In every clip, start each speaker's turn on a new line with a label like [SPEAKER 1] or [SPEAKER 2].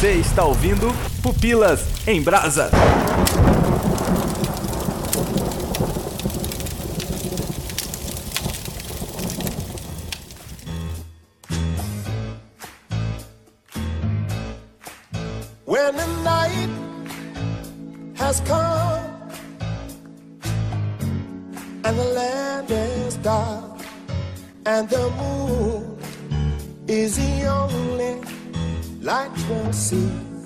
[SPEAKER 1] Você está ouvindo Pupilas em Brasa.
[SPEAKER 2] When the night has come and the land is dark and the moon is the only light we'll see.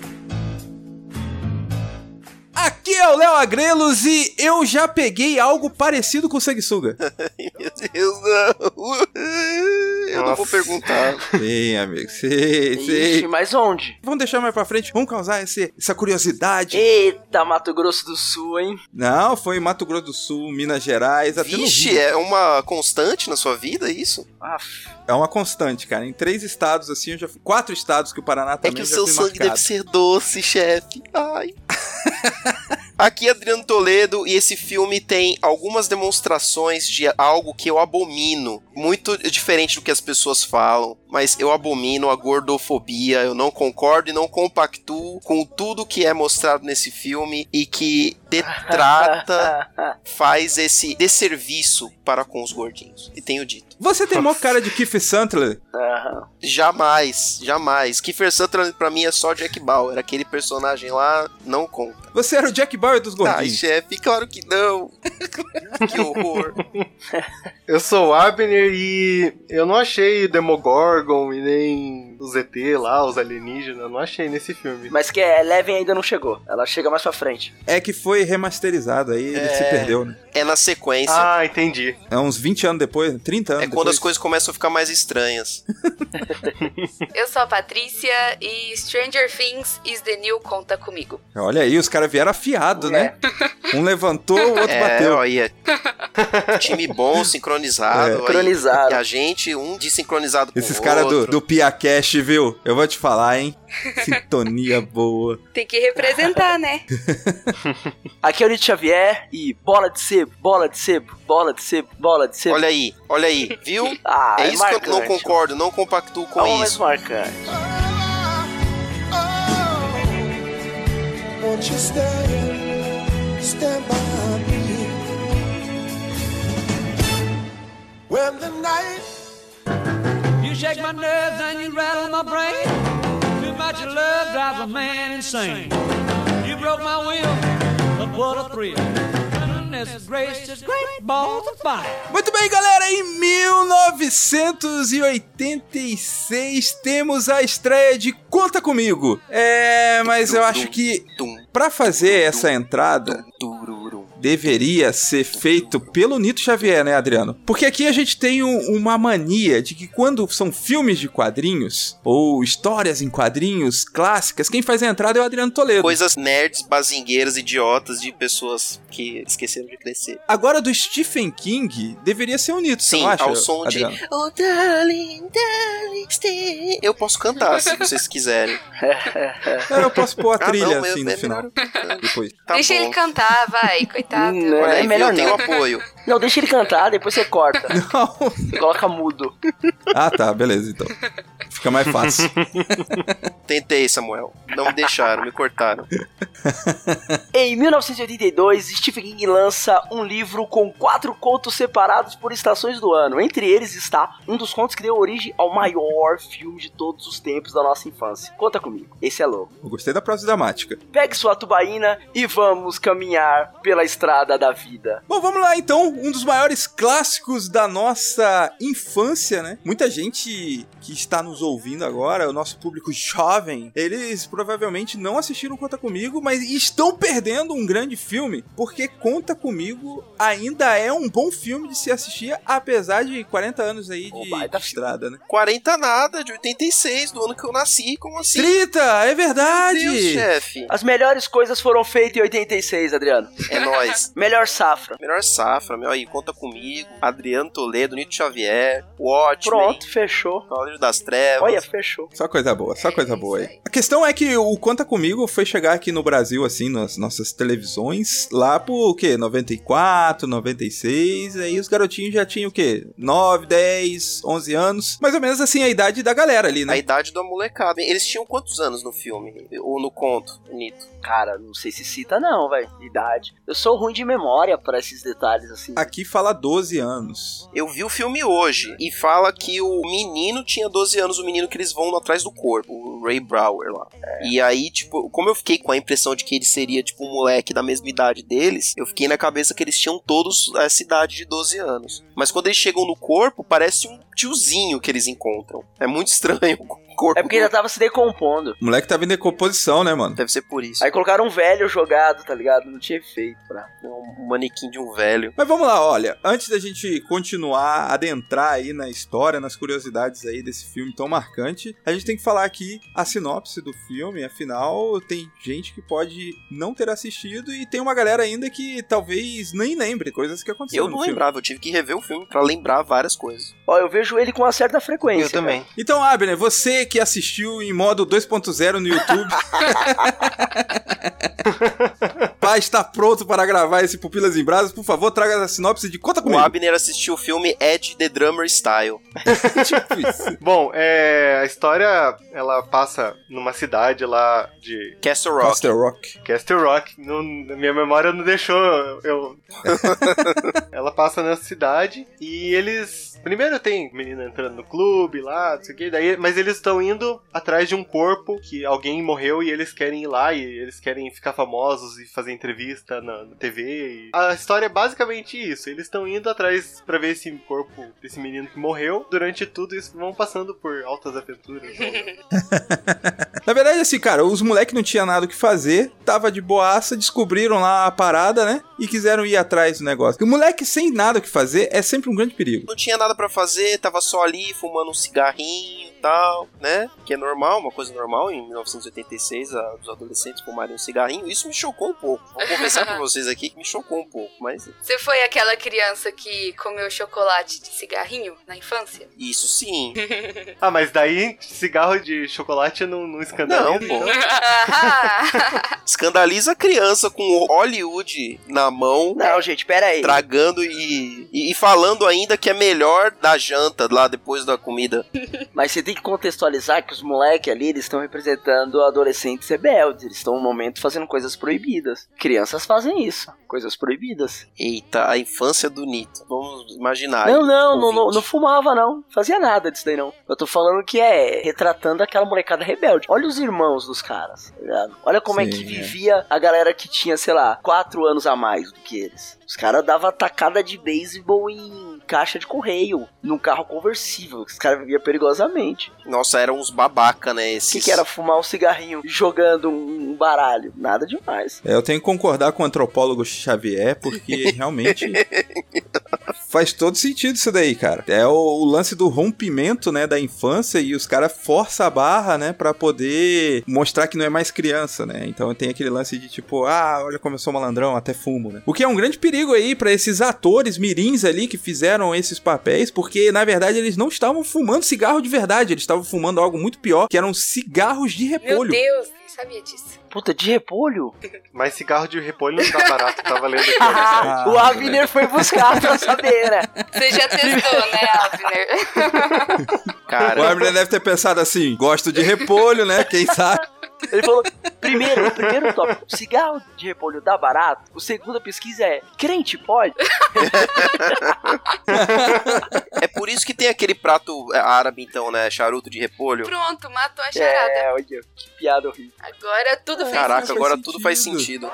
[SPEAKER 1] Aqui é o Léo Agrelos e eu já peguei algo parecido com sanguessuga.
[SPEAKER 3] Ai, meu Deus, não. Eu não vou perguntar.
[SPEAKER 1] Sim, amigo, sei.
[SPEAKER 4] Ixi, mas onde?
[SPEAKER 1] Vamos deixar mais pra frente, vamos causar essa curiosidade.
[SPEAKER 4] Eita, Mato Grosso do Sul, hein?
[SPEAKER 1] Não, foi em Mato Grosso do Sul, Minas Gerais, até no
[SPEAKER 3] Vixe,
[SPEAKER 1] Rio.
[SPEAKER 3] é uma constante na sua vida, isso?
[SPEAKER 1] É uma constante, cara. Em 3 estados, assim, eu já fui. 4 estados que o Paraná também
[SPEAKER 3] É que o
[SPEAKER 1] já
[SPEAKER 3] seu
[SPEAKER 1] fui
[SPEAKER 3] sangue
[SPEAKER 1] marcado.
[SPEAKER 3] deve ser doce, chefe. Ai. Aqui é Adriano Toledo e esse filme tem algumas demonstrações de algo que eu abomino. Muito diferente do que as pessoas falam, mas eu abomino a gordofobia. Eu não concordo e não compactuo com tudo que é mostrado nesse filme e que detrata, faz esse desserviço para com os gordinhos. E tenho dito.
[SPEAKER 1] Você tem mó cara de Kiefer Sutherland?
[SPEAKER 3] Jamais. Kiefer Sutherland pra mim é só Jack Bauer. Aquele personagem lá não conta.
[SPEAKER 1] Você era o Jack Bauer dos
[SPEAKER 3] Ai,
[SPEAKER 1] gordinhos.
[SPEAKER 3] chefe, claro que não. Que horror.
[SPEAKER 5] Eu sou o Abner e eu não achei Demogorgon e nem os ET lá, os alienígenas, eu não achei nesse filme.
[SPEAKER 4] Mas que Eleven ainda não chegou. Ela chega mais pra frente.
[SPEAKER 1] É que foi remasterizado, aí ele se perdeu, né?
[SPEAKER 3] É na sequência.
[SPEAKER 5] Ah, entendi.
[SPEAKER 1] É uns 20 anos depois, 30 anos
[SPEAKER 3] É
[SPEAKER 1] depois.
[SPEAKER 3] quando as coisas começam a ficar mais estranhas.
[SPEAKER 6] Eu sou a Patrícia e Stranger Things is the new Conta Comigo.
[SPEAKER 1] Olha aí, os caras vieram afiado, né? Um levantou, o outro bateu.
[SPEAKER 3] Olha. Time bom, sincronizado. aí.
[SPEAKER 4] Sincronizado.
[SPEAKER 3] E a gente, um desincronizado com
[SPEAKER 1] Esses
[SPEAKER 3] o
[SPEAKER 1] caras
[SPEAKER 3] outro.
[SPEAKER 1] do Piacash, viu? Eu vou te falar, hein? Sintonia boa.
[SPEAKER 6] Tem que representar, né?
[SPEAKER 4] Aqui é o Nito Xavier e bola de sebo, bola de sebo, bola de sebo, bola de sebo.
[SPEAKER 3] Olha aí, viu?
[SPEAKER 4] Ah,
[SPEAKER 3] é isso
[SPEAKER 4] marcante.
[SPEAKER 3] que eu não concordo, não compactuo com
[SPEAKER 4] É o mais
[SPEAKER 3] isso.
[SPEAKER 4] marcante.
[SPEAKER 2] Won't you stand by me when the night
[SPEAKER 7] You shake my nerves and you rattle my brain. Too much of love drives a man insane. You broke my will, but what a thrill. Goodness gracious, great balls of fire.
[SPEAKER 1] Muito bem, galera, em 1986 temos a estreia de Conta Comigo. Mas eu acho que pra fazer essa entrada deveria ser feito pelo Nito Xavier, né, Adriano? Porque aqui a gente tem uma mania de que quando são filmes de quadrinhos ou histórias em quadrinhos clássicas, quem faz a entrada é o Adriano Toledo.
[SPEAKER 3] Coisas nerds, bazingueiras, idiotas de pessoas que esqueceram de crescer.
[SPEAKER 1] Agora, do Stephen King, deveria ser o Nito, você
[SPEAKER 3] Sim,
[SPEAKER 1] não acha,
[SPEAKER 3] ao som
[SPEAKER 1] Adriano?
[SPEAKER 3] de Oh, darling, stay. Eu posso cantar, se vocês quiserem.
[SPEAKER 1] Eu posso pôr a trilha,
[SPEAKER 3] não,
[SPEAKER 1] assim, no
[SPEAKER 3] é
[SPEAKER 1] final.
[SPEAKER 3] melhor.
[SPEAKER 1] Depois.
[SPEAKER 3] Tá
[SPEAKER 6] Deixa
[SPEAKER 3] bom.
[SPEAKER 6] ele cantar, vai, coitado.
[SPEAKER 4] Não,
[SPEAKER 3] Olha
[SPEAKER 4] é
[SPEAKER 3] aí,
[SPEAKER 4] melhor
[SPEAKER 3] eu tenho
[SPEAKER 4] não.
[SPEAKER 3] apoio.
[SPEAKER 4] Não, deixa ele cantar, depois você corta.
[SPEAKER 1] Não.
[SPEAKER 4] Você coloca mudo.
[SPEAKER 1] Ah, tá, beleza, então. Fica mais fácil.
[SPEAKER 3] Tentei, Samuel. Não me deixaram, me cortaram.
[SPEAKER 4] Em 1982, Stephen King lança um livro com 4 contos separados por estações do ano. Entre eles está um dos contos que deu origem ao maior filme de todos os tempos da nossa infância. Conta comigo, esse é louco.
[SPEAKER 1] Eu gostei da prosa dramática.
[SPEAKER 4] Pegue sua tubaína e vamos caminhar pela estrada da vida.
[SPEAKER 1] Bom, vamos lá então, um dos maiores clássicos da nossa infância, né? Muita gente que está nos ouvindo agora, o nosso público jovem, eles provavelmente não assistiram Conta Comigo, mas estão perdendo um grande filme, porque Conta Comigo ainda é um bom filme de se assistir, apesar de 40 anos aí de estrada, né?
[SPEAKER 3] 40 nada, de 86, do ano que eu nasci, como assim?
[SPEAKER 1] 30, é verdade!
[SPEAKER 3] Meu Deus, chefe.
[SPEAKER 4] As melhores coisas foram feitas em 86, Adriano.
[SPEAKER 3] É nóis.
[SPEAKER 4] Melhor safra.
[SPEAKER 3] Melhor safra, meu aí, Conta Comigo, Adriano Toledo, Nito Xavier, Watchmen,
[SPEAKER 4] Pronto, fechou.
[SPEAKER 3] Cavaleiro das Trevas.
[SPEAKER 4] Olha, fechou.
[SPEAKER 1] Só coisa boa, só coisa boa aí.
[SPEAKER 6] aí.
[SPEAKER 1] A questão é que o Conta Comigo foi chegar aqui no Brasil, assim, nas nossas televisões, lá por, o quê? 94, 96, aí os garotinhos já tinham o quê? 9, 10, 11 anos, mais ou menos assim a idade da galera ali, né?
[SPEAKER 3] A idade da molecada. Eles tinham quantos anos no filme? Ou no conto, Nito?
[SPEAKER 4] Cara, não sei se cita não, velho. Idade. Eu sou ruim de memória pra esses detalhes, assim.
[SPEAKER 1] Aqui fala 12 anos.
[SPEAKER 3] Eu vi o filme hoje e fala que o menino tinha 12 anos, o menino que eles vão atrás do corpo, o Ray Brower lá. E aí, tipo, como eu fiquei com a impressão de que ele seria, tipo, um moleque da mesma idade deles, eu fiquei na cabeça que eles tinham todos essa idade de 12 anos. Mas quando eles chegam no corpo, parece um tiozinho que eles encontram. É muito estranho o corpo.
[SPEAKER 4] É porque ele já tava se decompondo.
[SPEAKER 1] O moleque tava em decomposição, né, mano?
[SPEAKER 3] Deve ser por isso.
[SPEAKER 4] Aí colocaram um velho jogado, tá ligado? Não tinha efeito pra...
[SPEAKER 3] Um manequim de um velho.
[SPEAKER 1] Mas vamos lá, olha, antes da gente continuar, adentrar aí na história, nas curiosidades aí desse filme tão marcante, a gente tem que falar aqui a sinopse do filme, afinal, tem gente que pode não ter assistido e tem uma galera ainda que talvez nem lembre coisas que aconteceram
[SPEAKER 3] Eu não
[SPEAKER 1] no filme.
[SPEAKER 3] lembrava, eu tive que rever o filme pra lembrar várias coisas.
[SPEAKER 4] Ó, eu vejo ele com uma certa frequência.
[SPEAKER 3] Eu também.
[SPEAKER 4] Cara.
[SPEAKER 1] Então, Abner, você que assistiu em modo 2.0 no YouTube, pai está pronto para gravar esse Pupilas em Brasas, por favor, traga a sinopse de Conta
[SPEAKER 3] O
[SPEAKER 1] Comigo.
[SPEAKER 3] Abner assistiu o filme Ed the Drummer Style.
[SPEAKER 1] Tipo isso.
[SPEAKER 5] Bom, a história, ela passa numa cidade lá de
[SPEAKER 3] Castle Rock.
[SPEAKER 1] Castle Rock.
[SPEAKER 5] Castle Rock. Minha memória não deixou eu... Ela passa nessa cidade e eles... Primeiro tem menina entrando no clube lá, não sei o que, mas eles estão indo atrás de um corpo que alguém morreu e eles querem ir lá e eles querem ficar famosos e fazer entrevista na TV. A história é basicamente isso. Eles estão indo atrás pra ver esse corpo desse menino que morreu. Durante tudo isso vão passando por altas aventuras.
[SPEAKER 1] Na verdade, assim, cara, os moleques não tinham nada o que fazer, tava de boaça, descobriram lá a parada, né? E quiseram ir atrás do negócio. Porque o moleque sem nada o que fazer é sempre um grande perigo.
[SPEAKER 3] Não tinha nada pra fazer, tava só ali fumando um cigarrinho e tal, né? Que é normal, uma coisa normal em 1986, os adolescentes fumarem um cigarrinho. Isso me chocou um pouco. Vou confessar pra vocês aqui que me chocou um pouco, mas...
[SPEAKER 6] Você foi aquela criança que comeu chocolate de cigarrinho na infância?
[SPEAKER 3] Isso sim.
[SPEAKER 5] Ah, mas daí cigarro de chocolate não escandaliza?
[SPEAKER 3] Não, pô. Escandaliza a criança com o Hollywood na mão,
[SPEAKER 4] Não, gente, pera aí.
[SPEAKER 3] tragando e falando ainda que é melhor da janta lá depois da comida.
[SPEAKER 4] Mas você tem que contextualizar que os moleques ali, eles estão representando adolescentes rebeldes. Eles estão no momento fazendo coisas proibidas. Crianças fazem isso. Coisas proibidas.
[SPEAKER 3] Eita, a infância do Nito. Vamos imaginar.
[SPEAKER 4] Não fumava, não. Fazia nada disso daí, não. Eu tô falando que é retratando aquela molecada rebelde. Olha os irmãos dos caras, tá ligado? Olha como é que vivia a galera que tinha, sei lá, 4 anos a mais do que eles. Os caras davam tacada de beisebol em caixa de correio, num carro conversível. Os caras viviam perigosamente.
[SPEAKER 3] Nossa, eram uns babaca, né?
[SPEAKER 4] O
[SPEAKER 3] Esses...
[SPEAKER 4] que era fumar um cigarrinho jogando um baralho? Nada demais.
[SPEAKER 1] Eu tenho que concordar com o antropólogo Xavier, porque realmente faz todo sentido isso daí, cara. É o lance do rompimento, né, da infância, e os caras forçam a barra, né, pra poder mostrar que não é mais criança, né. Então tem aquele lance de tipo, olha como eu sou malandrão, até fumo, né. O que é um grande perigo aí pra esses atores mirins ali que fizeram esses papéis, porque na verdade eles não estavam fumando cigarro de verdade, eles estavam fumando algo muito pior, que eram cigarros de repolho.
[SPEAKER 6] Meu Deus, nem sabia disso.
[SPEAKER 4] Puta, de repolho?
[SPEAKER 5] Mas cigarro de repolho não tá barato, tava lendo aqui no site.
[SPEAKER 4] O Abner foi buscar pra saber, né?
[SPEAKER 6] Você já testou, né, Abner?
[SPEAKER 3] Cara,
[SPEAKER 1] O Abner deve ter pensado assim, gosto de repolho, né, quem sabe?
[SPEAKER 4] Ele falou, primeiro tópico, cigarro de repolho dá barato? O segundo pesquisa é, crente pode?
[SPEAKER 3] é por isso que tem aquele prato árabe, então, né? Charuto de repolho.
[SPEAKER 6] Pronto, matou a charada.
[SPEAKER 4] Olha, que piada horrível.
[SPEAKER 6] Agora tudo fez
[SPEAKER 3] Caraca,
[SPEAKER 6] sentido.
[SPEAKER 3] agora tudo faz sentido.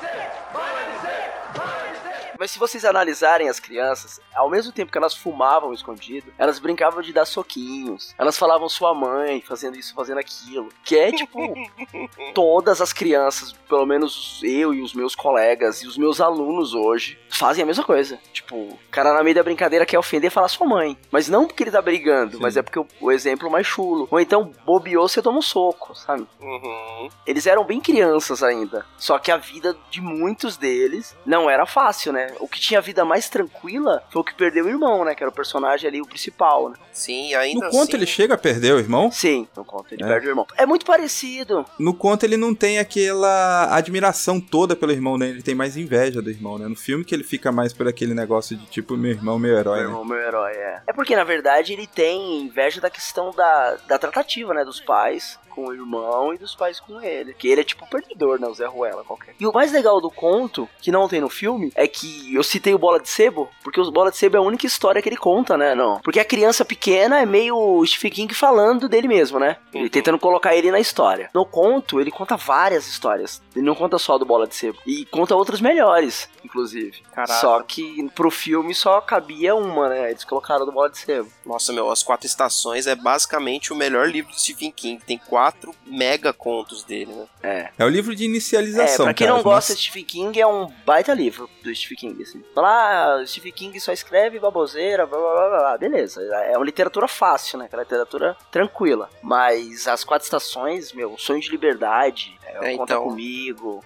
[SPEAKER 4] Mas se vocês analisarem as crianças, ao mesmo tempo que elas fumavam escondido, elas brincavam de dar soquinhos. Elas falavam sua mãe, fazendo isso, fazendo aquilo. Que é, tipo, todas as crianças, pelo menos eu e os meus colegas e os meus alunos hoje, fazem a mesma coisa. Tipo, o cara na meio da brincadeira quer ofender e falar sua mãe. Mas não porque ele tá brigando, mas é porque o exemplo mais chulo. Ou então, bobeou, você toma um soco, sabe?
[SPEAKER 3] Uhum.
[SPEAKER 4] Eles eram bem crianças ainda. Só que a vida de muitos deles não era fácil, né? né? O que tinha a vida mais tranquila foi o que perdeu o irmão, né? Que era o personagem ali, o principal, né?
[SPEAKER 3] Sim, ainda
[SPEAKER 1] No conto
[SPEAKER 3] assim...
[SPEAKER 1] ele chega a perder o irmão?
[SPEAKER 4] Sim, no conto ele perde o irmão. É muito parecido.
[SPEAKER 1] No conto ele não tem aquela admiração toda pelo irmão, né? Ele tem mais inveja do irmão, né? No filme que ele fica mais por aquele negócio de tipo, meu irmão, meu herói,
[SPEAKER 4] Meu irmão, meu herói, é. É porque, na verdade, ele tem inveja da questão da tratativa, né? Dos pais com o irmão e dos pais com ele. Que ele é tipo um perdedor, né? O Zé Ruela qualquer. E o mais legal do conto, que não tem no filme, é que eu citei o Bola de Sebo, porque o Bola de Sebo é a única história que ele conta, né? Não. Porque a criança pequena é meio Stephen King falando dele mesmo, né? Ele tentando colocar ele na história. No conto, ele conta várias histórias. Ele não conta só do Bola de Sebo. E conta outras melhores, inclusive.
[SPEAKER 3] Caraca.
[SPEAKER 4] Só que pro filme só cabia uma, né? Eles colocaram do Bola de Sebo.
[SPEAKER 3] Nossa, meu, As 4 Estações é basicamente o melhor livro de Stephen King. Tem 4 mega contos dele, né?
[SPEAKER 1] É o livro de inicialização,
[SPEAKER 4] pra quem
[SPEAKER 1] cara,
[SPEAKER 4] não gosta de Stephen King, é um baita livro do Stephen King, assim. Fala, Stephen King só escreve baboseira, blá, blá, blá, blá. Beleza, é uma literatura fácil, né? Aquela literatura tranquila. Mas As 4 Estações, meu, O Sonho de Liberdade, Conta Comigo,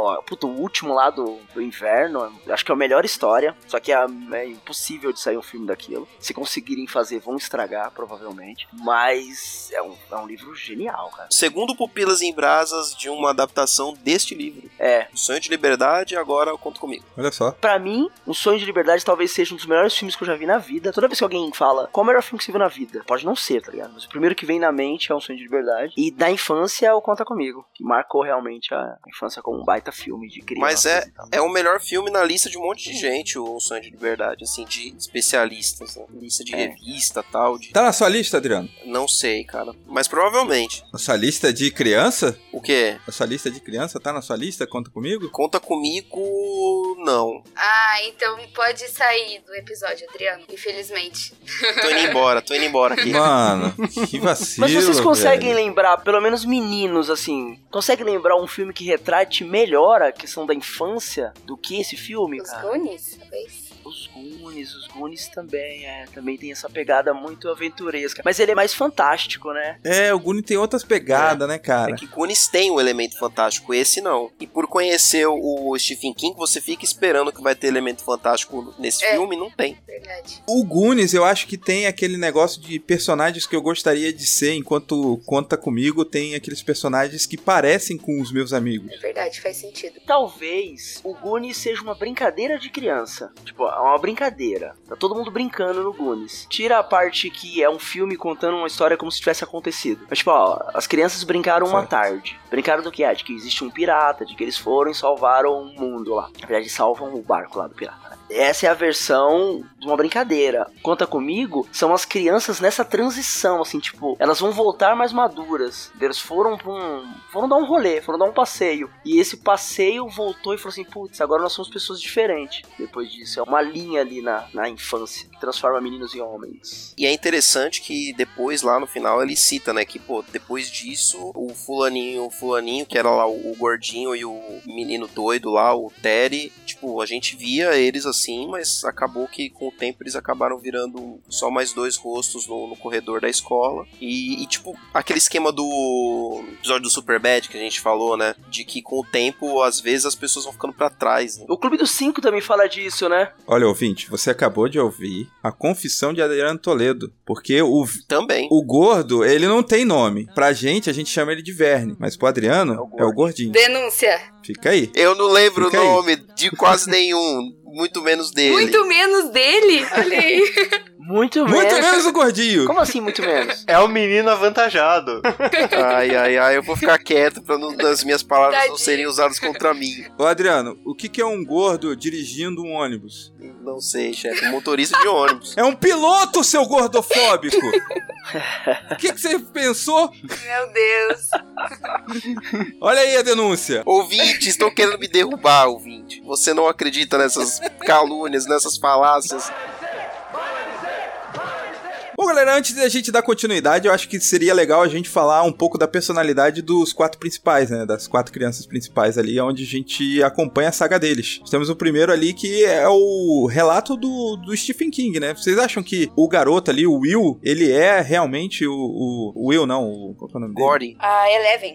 [SPEAKER 4] o último lá do inverno, acho que é a melhor história, só que é impossível de sair um filme daquilo. Se conseguirem fazer, vão estragar, provavelmente. Mas é um livro genial, cara.
[SPEAKER 3] Segundo Pupilas em Brasas, de uma adaptação deste livro.
[SPEAKER 4] É.
[SPEAKER 3] O Sonho de Liberdade, agora Conta Comigo.
[SPEAKER 1] Olha só.
[SPEAKER 4] Pra mim, O Sonho de Liberdade talvez seja um dos melhores filmes que eu já vi na vida. Toda vez que alguém fala, qual é o melhor filme que você viu na vida? Pode não ser, tá ligado? Mas o primeiro que vem na mente é O Sonho de Liberdade. E da infância é o Conta Comigo, que marcou realmente a infância como um baita filme de criança.
[SPEAKER 3] Mas é o melhor filme na lista de um monte de gente, O Sonho de Liberdade, assim, de especialistas, né? Lista de revista e tal.
[SPEAKER 1] Tá na sua lista, Adriano?
[SPEAKER 3] Não sei, cara. Mas provavelmente.
[SPEAKER 1] Na sua lista de criança?
[SPEAKER 3] O quê?
[SPEAKER 1] A sua lista de criança tá na sua lista? Conta Comigo?
[SPEAKER 3] Conta Comigo, não.
[SPEAKER 6] Ah, então pode sair do episódio, Adriano, infelizmente.
[SPEAKER 3] Tô indo embora aqui.
[SPEAKER 1] Mano, que vacilo.
[SPEAKER 4] Mas vocês conseguem
[SPEAKER 1] velho.
[SPEAKER 4] lembrar, pelo menos meninos, assim, conseguem lembrar um filme que retrate melhor a questão da infância do que esse filme,
[SPEAKER 6] Os
[SPEAKER 4] cara?
[SPEAKER 6] Goonies, talvez.
[SPEAKER 4] Os Goonies também, também tem essa pegada muito aventuresca. Mas ele é mais fantástico, né?
[SPEAKER 1] É, o Goonies tem outras pegadas, né, cara?
[SPEAKER 3] É que Goonies tem o elemento fantástico, esse não. E por conhecer o Stephen King, você fica esperando que vai ter elemento fantástico nesse filme, não tem.
[SPEAKER 6] Verdade.
[SPEAKER 1] O Goonies, eu acho que tem aquele negócio de personagens que eu gostaria de ser, enquanto Conta Comigo tem aqueles personagens que parecem com os meus amigos.
[SPEAKER 6] É verdade, faz sentido.
[SPEAKER 4] Talvez o Goonies seja uma brincadeira de criança. Tipo, é uma brincadeira. Tá todo mundo brincando no Goonies. Tira a parte que é um filme contando uma história como se tivesse acontecido. Mas, tipo, as crianças brincaram uma tarde. Brincaram do que? De que existe um pirata, de que eles foram e salvaram o mundo lá. Na verdade, salvam o barco lá do pirata, né? Essa é a versão de uma brincadeira. Conta Comigo, são as crianças nessa transição, assim, tipo, elas vão voltar mais maduras. Eles foram dar um rolê, foram dar um passeio. E esse passeio voltou e falou assim, putz, agora nós somos pessoas diferentes. Depois disso, é uma linha ali na infância, que transforma meninos em homens.
[SPEAKER 3] E é interessante que depois, lá no final, ele cita, né, que, pô, depois disso, o fulaninho, que era lá o gordinho e o menino doido lá, o Terry, tipo, a gente via eles assim, mas acabou que com o tempo eles acabaram virando só mais 2 rostos no corredor da escola. E tipo, aquele esquema do episódio do Superbad que a gente falou, né, de que com o tempo, às vezes, as pessoas vão ficando pra trás, né?
[SPEAKER 4] O Clube dos 5 também fala disso, né?
[SPEAKER 1] Olha, ouvinte, você acabou de ouvir a confissão de Adriano Toledo, porque
[SPEAKER 3] Também.
[SPEAKER 1] O gordo, ele não tem nome. Pra gente, a gente chama ele de Verne, mas pro Adriano, é o gordinho.
[SPEAKER 6] Denúncia.
[SPEAKER 1] Fica aí.
[SPEAKER 3] Eu não lembro
[SPEAKER 1] Fica
[SPEAKER 3] o
[SPEAKER 1] aí.
[SPEAKER 3] nome de quase nenhum, muito menos dele.
[SPEAKER 6] Muito menos dele? Olha aí.
[SPEAKER 4] Muito
[SPEAKER 1] Muito menos o gordinho.
[SPEAKER 4] Como assim, muito menos?
[SPEAKER 5] É o menino avantajado.
[SPEAKER 3] Ai, eu vou ficar quieto pra as minhas palavras não
[SPEAKER 6] Tadinho.
[SPEAKER 3] serem usadas contra mim.
[SPEAKER 1] Ô, Adriano, o que é um gordo dirigindo um ônibus?
[SPEAKER 3] Não sei, chefe. Motorista de ônibus.
[SPEAKER 1] É um piloto, seu gordofóbico! O que você pensou?
[SPEAKER 6] Meu Deus.
[SPEAKER 1] Olha aí a denúncia.
[SPEAKER 3] Ouvinte, estão querendo me derrubar, ouvinte. Você não acredita nessas calúnias, nessas falácias.
[SPEAKER 1] Bom, galera, antes da gente dar continuidade, eu acho que seria legal a gente falar um pouco da personalidade dos 4 principais, né? Das 4 crianças principais ali, onde a gente acompanha a saga deles. Temos o primeiro ali, que é o relato do Stephen King, né? Vocês acham que o garoto ali, o Will, ele é realmente o Will, não, qual é o nome dele?
[SPEAKER 3] Gordy.
[SPEAKER 6] Eleven.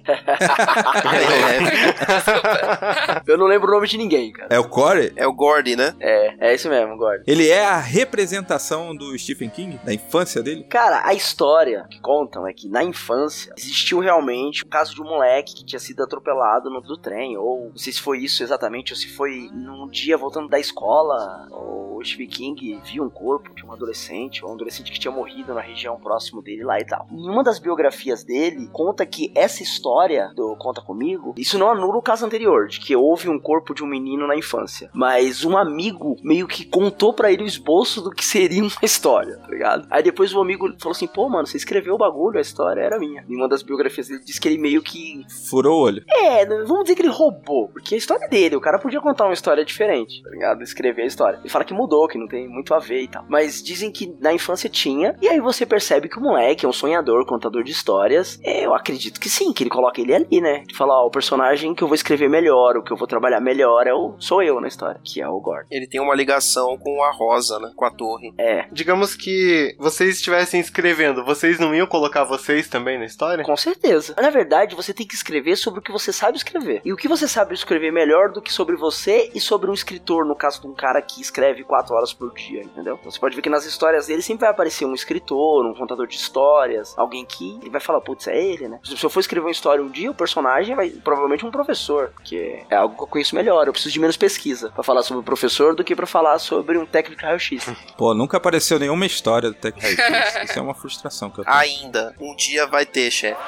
[SPEAKER 4] Eu não lembro o nome de ninguém, cara.
[SPEAKER 1] É o Corey?
[SPEAKER 3] É o Gordy, né?
[SPEAKER 4] É isso mesmo, Gordy.
[SPEAKER 1] Ele é a representação do Stephen King, da infância dele?
[SPEAKER 4] Cara, a história que contam é que na infância existiu realmente o caso de um moleque que tinha sido atropelado no do trem, ou não sei se foi isso exatamente, ou se foi num dia voltando da escola, ou o Stephen King viu um corpo de um adolescente, ou um adolescente que tinha morrido na região próximo dele lá e tal. Em uma das biografias dele, conta que essa história do Conta Comigo, isso não anula o caso anterior, de que houve um corpo de um menino na infância, mas um amigo meio que contou pra ele o esboço do que seria uma história, tá ligado? Aí depois o amigo falou assim, pô, mano, você escreveu o bagulho, a história era minha. Em uma das biografias ele disse que ele meio que...
[SPEAKER 1] Furou o olho.
[SPEAKER 4] Vamos dizer que ele roubou, porque a história é dele, o cara podia contar uma história diferente, tá ligado? Escrever a história. Ele fala que mudou, que não tem muito a ver e tal. Mas dizem que na infância tinha, e aí você percebe que o moleque é um sonhador, contador de histórias. Eu acredito que sim, que ele coloca ele ali, né? De falar, ó, o personagem que eu vou escrever melhor, o que eu vou trabalhar melhor sou eu na história, que é o Gordon.
[SPEAKER 3] Ele tem uma ligação com a Rosa, né? Com a torre.
[SPEAKER 5] Digamos que vocês estivessem escrevendo, vocês não iam colocar vocês também na história?
[SPEAKER 4] Com certeza. Na verdade, você tem que escrever sobre o que você sabe escrever. E o que você sabe escrever melhor do que sobre você e sobre um escritor, no caso de um cara que escreve 4 horas por dia, entendeu? Então, você pode ver que nas histórias dele sempre vai aparecer um escritor, um contador de histórias, alguém que ele vai falar, putz, é ele, né? Se eu for escrever uma história um dia, o personagem vai provavelmente um professor, porque é algo que eu conheço melhor. Eu preciso de menos pesquisa pra falar sobre o professor do que pra falar sobre um técnico de raio-x.
[SPEAKER 1] Pô, nunca apareceu nenhuma história do técnico de raio-x. Isso é uma frustração que eu tenho.
[SPEAKER 3] Ainda. Um dia vai ter, chefe.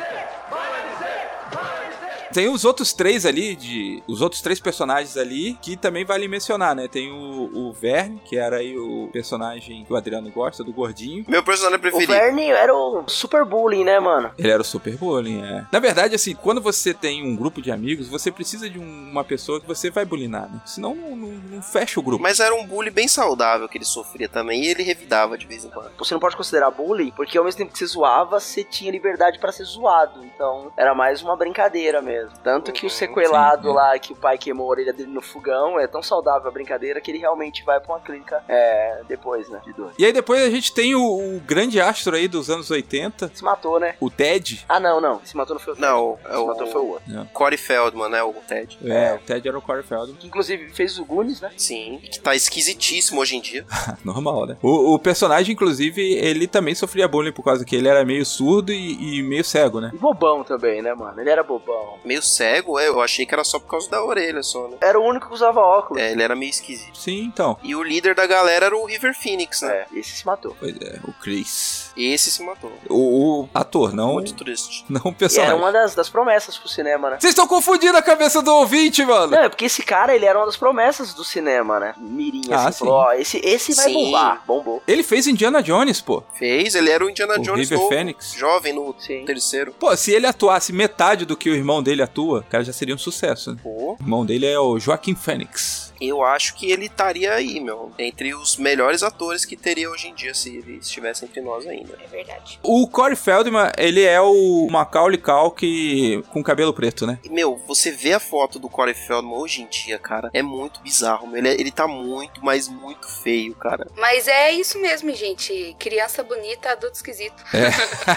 [SPEAKER 1] Tem os outros 3 ali, os outros 3 personagens ali, que também vale mencionar, né? Tem o Verne, que era aí o personagem que o Adriano gosta, do gordinho.
[SPEAKER 3] Meu personagem preferido.
[SPEAKER 4] O Verne era o super bullying, né, mano?
[SPEAKER 1] Ele era o super bullying, é. Na verdade, assim, quando você tem um grupo de amigos, você precisa de uma pessoa que você vai bulinar, né? Senão não fecha o grupo.
[SPEAKER 3] Mas era um bullying bem saudável que ele sofria também, e ele revidava de vez em quando.
[SPEAKER 4] Você não pode considerar bullying, porque ao mesmo tempo que você zoava, você tinha liberdade pra ser zoado. Então, era mais uma brincadeira mesmo. Tanto que o sequelado lá, que o pai queimou a orelha dele no fogão, é tão saudável a brincadeira que ele realmente vai pra uma clínica depois, né? De dor.
[SPEAKER 1] E aí depois a gente tem o grande astro aí dos anos 80.
[SPEAKER 4] Se matou, né?
[SPEAKER 1] O Ted.
[SPEAKER 4] Ah, não. Se matou não foi o Ted.
[SPEAKER 3] Não,
[SPEAKER 4] se matou foi o outro.
[SPEAKER 1] Não.
[SPEAKER 3] Corey Feldman, né? O Ted.
[SPEAKER 1] O Ted era o Corey Feldman.
[SPEAKER 4] Que inclusive fez o Goonies, né?
[SPEAKER 3] Sim. Que tá esquisitíssimo hoje em dia.
[SPEAKER 1] Normal, né? O personagem, inclusive, ele também sofria bullying por causa que ele era meio surdo e meio cego, né?
[SPEAKER 4] E bobão também, né, mano? Ele era bobão.
[SPEAKER 3] Meio cego, eu achei que era só por causa da orelha, só, né?
[SPEAKER 4] Era o único que usava óculos.
[SPEAKER 3] Ele era meio esquisito.
[SPEAKER 1] Sim, então.
[SPEAKER 3] E o líder da galera era o River Phoenix, né?
[SPEAKER 4] Esse se matou.
[SPEAKER 1] Pois é, o Chris.
[SPEAKER 3] Esse se matou.
[SPEAKER 1] O ator, não...
[SPEAKER 3] Muito triste.
[SPEAKER 1] Não o personagem.
[SPEAKER 4] Era uma das promessas pro cinema, né?
[SPEAKER 1] Vocês estão confundindo a cabeça do ouvinte, mano!
[SPEAKER 4] Não, é porque esse cara, ele era uma das promessas do cinema, né? Mirinha, assim,
[SPEAKER 1] sim.
[SPEAKER 4] falou, ó, esse vai bombar. Bombou.
[SPEAKER 1] Ele fez Indiana Jones, pô.
[SPEAKER 3] Fez, ele era o Indiana Jones
[SPEAKER 1] River
[SPEAKER 3] novo,
[SPEAKER 1] Phoenix.
[SPEAKER 3] jovem no
[SPEAKER 4] Sim.
[SPEAKER 3] terceiro.
[SPEAKER 1] Pô, se ele atuasse metade do que o irmão dele atua, o cara já seria um sucesso, né?
[SPEAKER 3] Pô,
[SPEAKER 1] O irmão dele é o Joaquin Phoenix.
[SPEAKER 3] eu acho que ele estaria aí, meu. Entre os melhores atores que teria hoje em dia, se ele estivesse entre nós ainda.
[SPEAKER 6] É verdade.
[SPEAKER 1] O Corey Feldman, ele é o Macaulay Culkin com cabelo preto, né?
[SPEAKER 3] E, meu, você vê a foto do Corey Feldman hoje em dia, cara, é muito bizarro, meu. Ele tá muito, mas muito feio, cara.
[SPEAKER 6] Mas é isso mesmo, gente. Criança bonita, adulto esquisito.
[SPEAKER 1] É.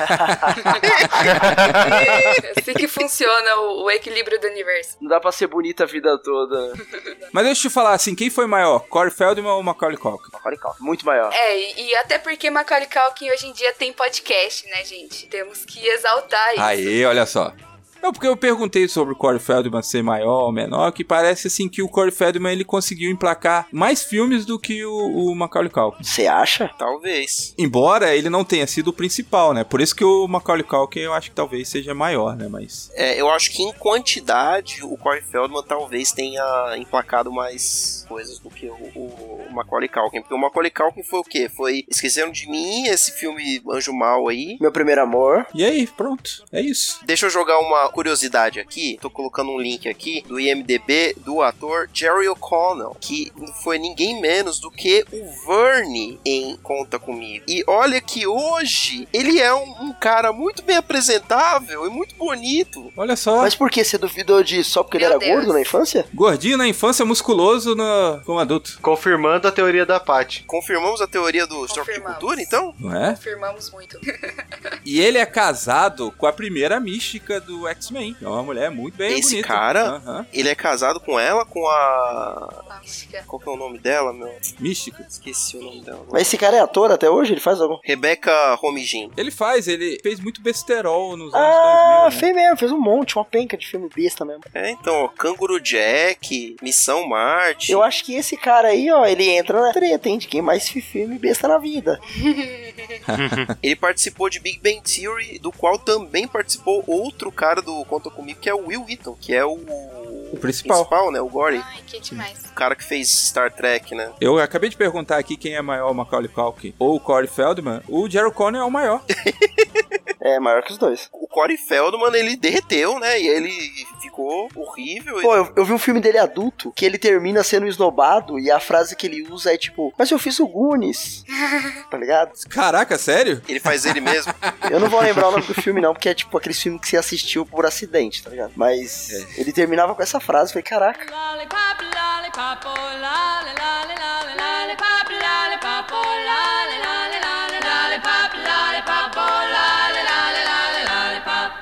[SPEAKER 6] É assim que funciona o equilíbrio do universo.
[SPEAKER 4] Não dá pra ser bonita a vida toda, né?
[SPEAKER 1] Mas deixa eu te falar assim, quem foi maior? Corey Feldman ou Macaulay Culkin?
[SPEAKER 4] Macaulay Culkin, muito maior.
[SPEAKER 6] E até porque Macaulay Culkin hoje em dia tem podcast, né, gente? Temos que exaltar isso.
[SPEAKER 1] Aí, olha só. Não, porque eu perguntei sobre o Corey Feldman ser maior ou menor, que parece assim que o Corey Feldman ele conseguiu emplacar mais filmes do que o Macaulay Culkin.
[SPEAKER 4] Você acha?
[SPEAKER 3] Talvez.
[SPEAKER 1] Embora ele não tenha sido o principal, né? Por isso que o Macaulay Culkin eu acho que talvez seja maior, né? Mas...
[SPEAKER 3] Eu acho que em quantidade o Corey Feldman talvez tenha emplacado mais coisas do que o Macaulay Culkin. Porque o Macaulay Culkin foi o quê? Foi Esqueceram de Mim, esse filme Anjo Mal aí.
[SPEAKER 4] Meu Primeiro Amor.
[SPEAKER 1] E aí, pronto. É isso.
[SPEAKER 3] Deixa eu jogar uma uma curiosidade aqui, tô colocando um link aqui do IMDb do ator Jerry O'Connell, que foi ninguém menos do que o Verne em Conta Comigo. E olha que hoje ele é um cara muito bem apresentável e muito bonito.
[SPEAKER 1] Olha só.
[SPEAKER 4] Mas por que você duvidou disso? Só porque ele era gordo na infância?
[SPEAKER 1] Gordinho na infância, musculoso como adulto.
[SPEAKER 5] Confirmando a teoria da Paty.
[SPEAKER 3] Confirmamos a teoria do Choque de Cultura, então?
[SPEAKER 1] Não é?
[SPEAKER 6] Confirmamos muito.
[SPEAKER 1] E ele é casado com a primeira mística do X-Men. É uma mulher muito bem bonita.
[SPEAKER 3] Esse cara, ele é casado com ela, com a...
[SPEAKER 6] Mística.
[SPEAKER 3] Qual que é o nome dela, meu?
[SPEAKER 1] Mística?
[SPEAKER 3] Esqueci o nome dela.
[SPEAKER 4] Mas esse cara é ator até hoje? Ele faz algum?
[SPEAKER 3] Rebecca Romijn.
[SPEAKER 1] Ele fez muito besterol nos anos 2000.
[SPEAKER 4] Ah,
[SPEAKER 1] Né?
[SPEAKER 4] fez mesmo, fez um monte, uma penca de filme besta mesmo.
[SPEAKER 3] É, então, ó, Canguru Jack, Missão Marte.
[SPEAKER 4] Eu acho que esse cara aí, ó, ele entra na treta, hein, de quem mais fez filme besta na vida.
[SPEAKER 3] Ele participou de Big Bang Theory, do qual também participou outro cara do Conta Comigo, que é o Will Wheaton, que é o principal, né? O Gory.
[SPEAKER 6] Ai, que demais.
[SPEAKER 3] O cara que fez Star Trek, né?
[SPEAKER 1] Eu acabei de perguntar aqui quem é maior, o Macaulay Culkin ou o Corey Feldman. O Jerry O'Connell é o maior.
[SPEAKER 4] É, maior que os dois.
[SPEAKER 3] O Corey Feldman, ele derreteu, né? E ele ficou horrível.
[SPEAKER 4] Pô, eu vi um filme dele adulto, que ele termina sendo esnobado, e a frase que ele usa é tipo, mas eu fiz o Goonies. Tá ligado?
[SPEAKER 1] Caraca, sério?
[SPEAKER 3] Ele faz ele mesmo.
[SPEAKER 4] Eu não vou lembrar o nome do filme não, porque é tipo aquele filme que você assistiu por acidente, tá ligado? Mas ele terminava com essa frase, eu falei, caraca.
[SPEAKER 7] Lollipop, lollipop, oh, lolly, lolly, lolly, lollipop, lollipop, oh, lolly, lolly, lolly, lollipop, lollipop, oh, lolly, lolly, lolly,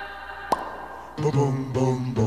[SPEAKER 7] lollipop.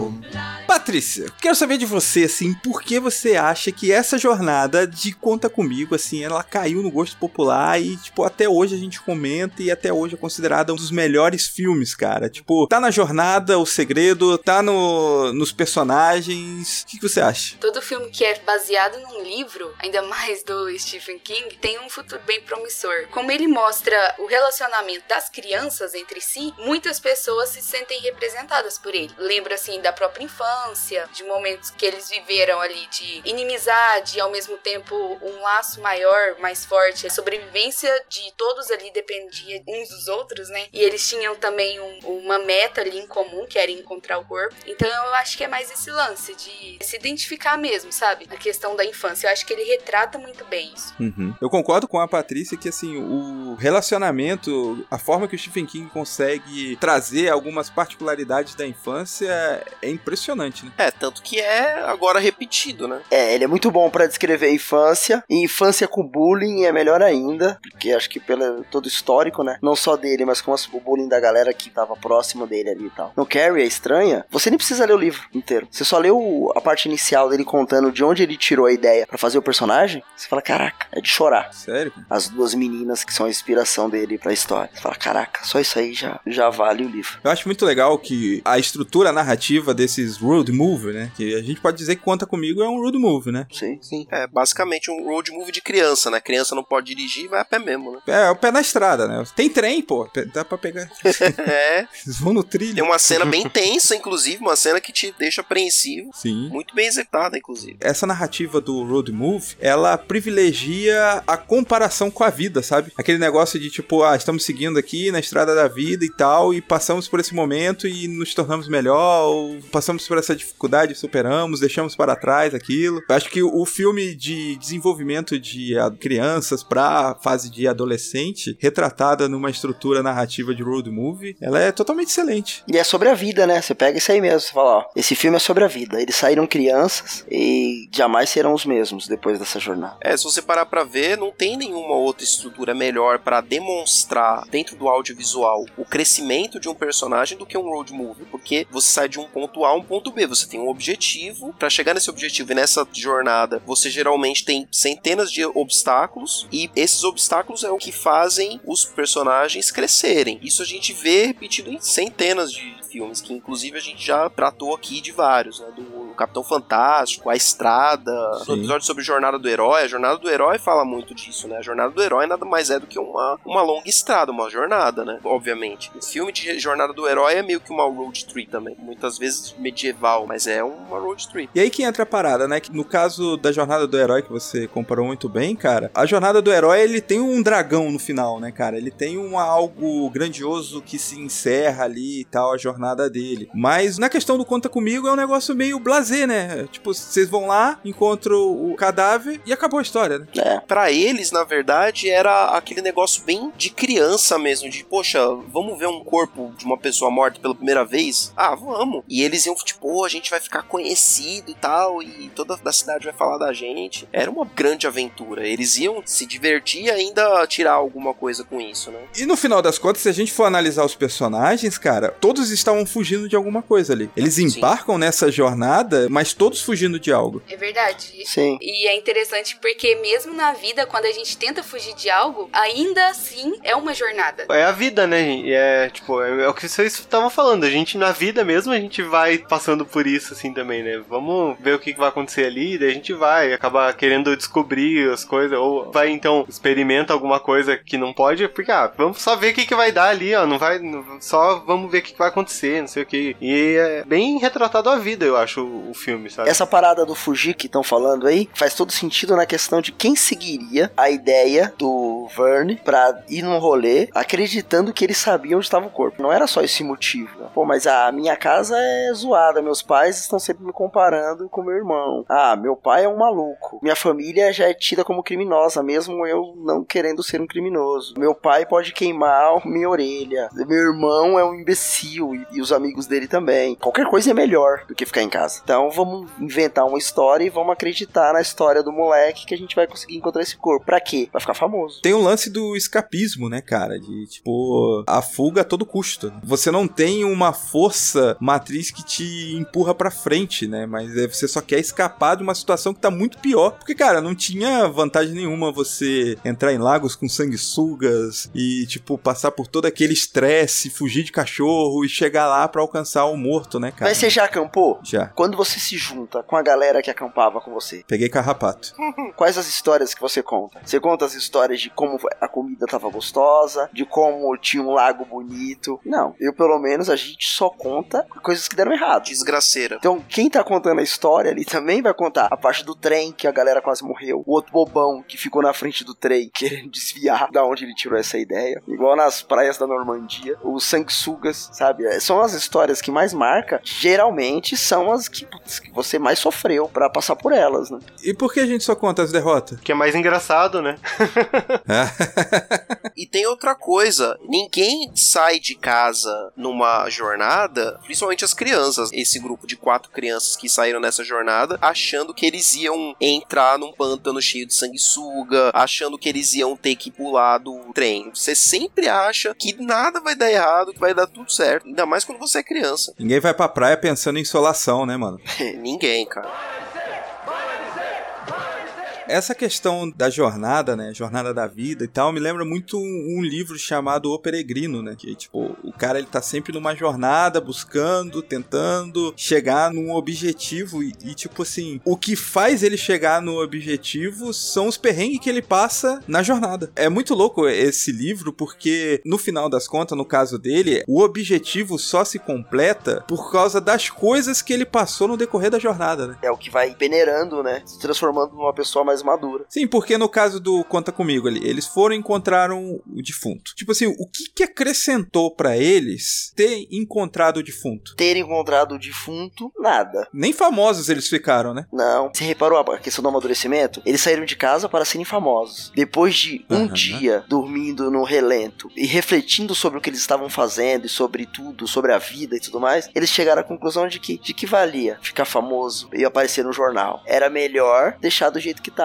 [SPEAKER 1] Patrícia, quero saber de você, assim, por que você acha que essa jornada de Conta Comigo, assim, ela caiu no gosto popular e, tipo, até hoje a gente comenta e até hoje é considerada um dos melhores filmes, cara. Tipo, tá na jornada, o segredo, tá nos personagens. O que você acha?
[SPEAKER 6] Todo filme que é baseado num livro, ainda mais do Stephen King, tem um futuro bem promissor. Como ele mostra o relacionamento das crianças entre si, muitas pessoas se sentem representadas por ele. Lembra, assim, da própria infância, de momentos que eles viveram ali de inimizade e ao mesmo tempo um laço maior, mais forte. A sobrevivência de todos ali dependia uns dos outros, né? E eles tinham também uma meta ali em comum, que era encontrar o corpo. Então eu acho que é mais esse lance de se identificar mesmo, sabe? A questão da infância. Eu acho que ele retrata muito bem isso.
[SPEAKER 1] Uhum. Eu concordo com a Patrícia que, assim, o relacionamento, a forma que o Stephen King consegue trazer algumas particularidades da infância é impressionante, né?
[SPEAKER 3] É, tanto que é agora repetido, né?
[SPEAKER 4] É, ele é muito bom pra descrever a infância, e infância com bullying é melhor ainda, porque acho que pelo todo histórico, né? Não só dele, mas com o bullying da galera que tava próximo dele ali e tal. No Carrie, a Estranha, você nem precisa ler o livro inteiro. Você só leu a parte inicial dele contando de onde ele tirou a ideia pra fazer o personagem, você fala, caraca, é de chorar.
[SPEAKER 1] Sério?
[SPEAKER 4] As duas meninas que são a inspiração dele pra história. Você fala, caraca, só isso aí já vale o livro.
[SPEAKER 1] Eu acho muito legal que a estrutura narrativa desses road movie, né? Que a gente pode dizer que Conta Comigo é um road movie, né?
[SPEAKER 3] Sim. É basicamente um road movie de criança, né? Criança não pode dirigir, vai a pé mesmo, né?
[SPEAKER 1] É o pé na estrada, né? Tem trem, pô. Dá pra pegar.
[SPEAKER 3] É.
[SPEAKER 1] Eles vão no trilho.
[SPEAKER 3] Tem uma cena bem tensa, inclusive, uma cena que te deixa apreensivo.
[SPEAKER 1] Sim.
[SPEAKER 3] Muito bem executada, inclusive.
[SPEAKER 1] Essa narrativa do road movie, ela privilegia a comparação com a vida, sabe? Aquele negócio de tipo, estamos seguindo aqui na estrada da vida e tal, e passamos por esse momento e nos tornamos melhor, ou passamos por essa dificuldade, superamos, deixamos para trás aquilo. Eu acho que o filme de desenvolvimento de crianças pra fase de adolescente, retratada numa estrutura narrativa de road movie, ela é totalmente excelente.
[SPEAKER 4] E é sobre a vida, né? Você pega isso aí mesmo, você fala, ó, esse filme é sobre a vida. Eles saíram crianças e jamais serão os mesmos depois dessa jornada.
[SPEAKER 3] É, se você parar pra ver, não tem nenhuma outra estrutura melhor pra demonstrar dentro do audiovisual o crescimento de um personagem do que um road movie, porque você sai de um ponto A a um ponto B, você tem um objetivo, pra chegar nesse objetivo e nessa jornada, você geralmente tem centenas de obstáculos, e esses obstáculos é o que fazem os personagens crescerem. Isso a gente vê repetido em centenas de filmes, que inclusive a gente já tratou aqui de vários, né? No Capitão Fantástico, a Estrada,
[SPEAKER 1] Sim.
[SPEAKER 3] no episódio sobre Jornada do Herói. A Jornada do Herói fala muito disso, né? A Jornada do Herói nada mais é do que uma longa estrada, uma jornada, né? Obviamente. O filme de Jornada do Herói é meio que uma road trip também. Muitas vezes medieval, mas é uma road trip.
[SPEAKER 1] E aí que entra a parada, né? Que no caso da Jornada do Herói, que você comparou muito bem, cara, a Jornada do Herói, ele tem um dragão no final, né, cara? Ele tem algo grandioso que se encerra ali e tal, a jornada dele. Mas na questão do Conta Comigo é um negócio meio blasé, né? Tipo, vocês vão lá, encontram o cadáver e acabou a história, né?
[SPEAKER 3] Pra eles, na verdade, era aquele negócio bem de criança mesmo, de, poxa, vamos ver um corpo de uma pessoa morta pela primeira vez? Ah, vamos. E eles iam, tipo, a gente vai ficar conhecido e tal, e toda a cidade vai falar da gente. Era uma grande aventura. Eles iam se divertir e ainda tirar alguma coisa com isso, né?
[SPEAKER 1] E no final das contas, se a gente for analisar os personagens, cara, todos estavam fugindo de alguma coisa ali. Eles embarcam nessa jornada, mas todos fugindo de algo.
[SPEAKER 6] É verdade.
[SPEAKER 4] Sim.
[SPEAKER 6] E é interessante porque mesmo na vida, quando a gente tenta fugir de algo, ainda assim é uma jornada.
[SPEAKER 5] É a vida, né, gente? É o que vocês estavam falando. A gente, na vida mesmo, a gente vai passando por isso, assim, também, né? Vamos ver o que vai acontecer ali, daí a gente vai acabar querendo descobrir as coisas, ou vai, então, experimenta alguma coisa que não pode, porque, vamos só ver o que vai dar ali, ó, só vamos ver o que vai acontecer, não sei o que. E é bem retratado a vida, eu acho, o filme, sabe?
[SPEAKER 4] Essa parada do fugir que estão falando aí faz todo sentido na questão de quem seguiria a ideia do Verne pra ir num rolê acreditando que ele sabia onde estava o corpo. Não era só esse motivo. Né? Pô, mas a minha casa é zoada, meus pais estão sempre me comparando com meu irmão. Meu pai é um maluco. Minha família já é tida como criminosa, mesmo eu não querendo ser um criminoso. Meu pai pode queimar minha orelha. Meu irmão é um imbecil e os amigos dele também. Qualquer coisa é melhor do que ficar em casa. Então vamos inventar uma história e vamos acreditar na história do moleque que a gente vai conseguir encontrar esse corpo. Pra quê? Pra ficar famoso.
[SPEAKER 1] Tem o lance do escapismo, né, cara? De, tipo, a fuga a todo custo. Você não tem uma força matriz que te empurra pra frente, né? Mas você só quer escapar de uma situação que tá muito pior. Porque, cara, não tinha vantagem nenhuma você entrar em lagos com sanguessugas e, tipo, passar por todo aquele estresse, fugir de cachorro e chegar lá pra alcançar o morto, né, cara?
[SPEAKER 4] Mas você já acampou?
[SPEAKER 1] Já.
[SPEAKER 4] Quando você se junta com a galera que acampava com você,
[SPEAKER 1] Peguei carrapato.
[SPEAKER 4] quais as histórias que você conta? Você conta as histórias de como a comida tava gostosa, de como tinha um lago bonito? Não, pelo menos a gente só conta coisas que deram errado.
[SPEAKER 3] Desgraceira.
[SPEAKER 4] Então quem tá contando a história ali também vai contar a parte do trem, que a galera quase morreu, o outro bobão que ficou na frente do trem querendo desviar da onde ele tirou essa ideia, igual nas praias da Normandia, os sanguessugas, sabe? São as histórias que mais marcam, geralmente são as que você mais sofreu pra passar por elas, né?
[SPEAKER 1] E por que a gente só conta as derrotas?
[SPEAKER 5] Que é mais engraçado, né?
[SPEAKER 3] E tem outra coisa, ninguém sai de casa numa jornada, principalmente as crianças, esse grupo de 4 crianças que saíram nessa jornada, achando que eles iam entrar num pântano cheio de sanguessuga, achando que eles iam ter que pular do trem. Você sempre acha que nada vai dar errado, que vai dar tudo certo, ainda mais quando você é criança.
[SPEAKER 1] Ninguém vai pra praia pensando em insolação, né, mano?
[SPEAKER 3] Ninguém, cara.
[SPEAKER 1] Essa questão da jornada, né, jornada da vida e tal, me lembra muito um livro chamado O Peregrino, né, que, tipo, o cara, ele tá sempre numa jornada, buscando, tentando chegar num objetivo e, tipo assim, o que faz ele chegar no objetivo são os perrengues que ele passa na jornada. É muito louco esse livro, porque, no final das contas, no caso dele, o objetivo só se completa por causa das coisas que ele passou no decorrer da jornada, né.
[SPEAKER 4] É o que vai peneirando, né? Se transformando numa pessoa mais madura.
[SPEAKER 1] Sim, porque no caso do Conta Comigo ali, eles foram e encontraram o defunto. Tipo assim, o que acrescentou pra eles ter encontrado o defunto?
[SPEAKER 4] Ter encontrado o defunto, nada.
[SPEAKER 1] Nem famosos eles ficaram, né?
[SPEAKER 4] Não. Você reparou a questão do amadurecimento? Eles saíram de casa para serem famosos. Depois de um dia dormindo no relento e refletindo sobre o que eles estavam fazendo e sobre tudo, sobre a vida e tudo mais, eles chegaram à conclusão de que valia ficar famoso e aparecer no jornal. Era melhor deixar do jeito que tá.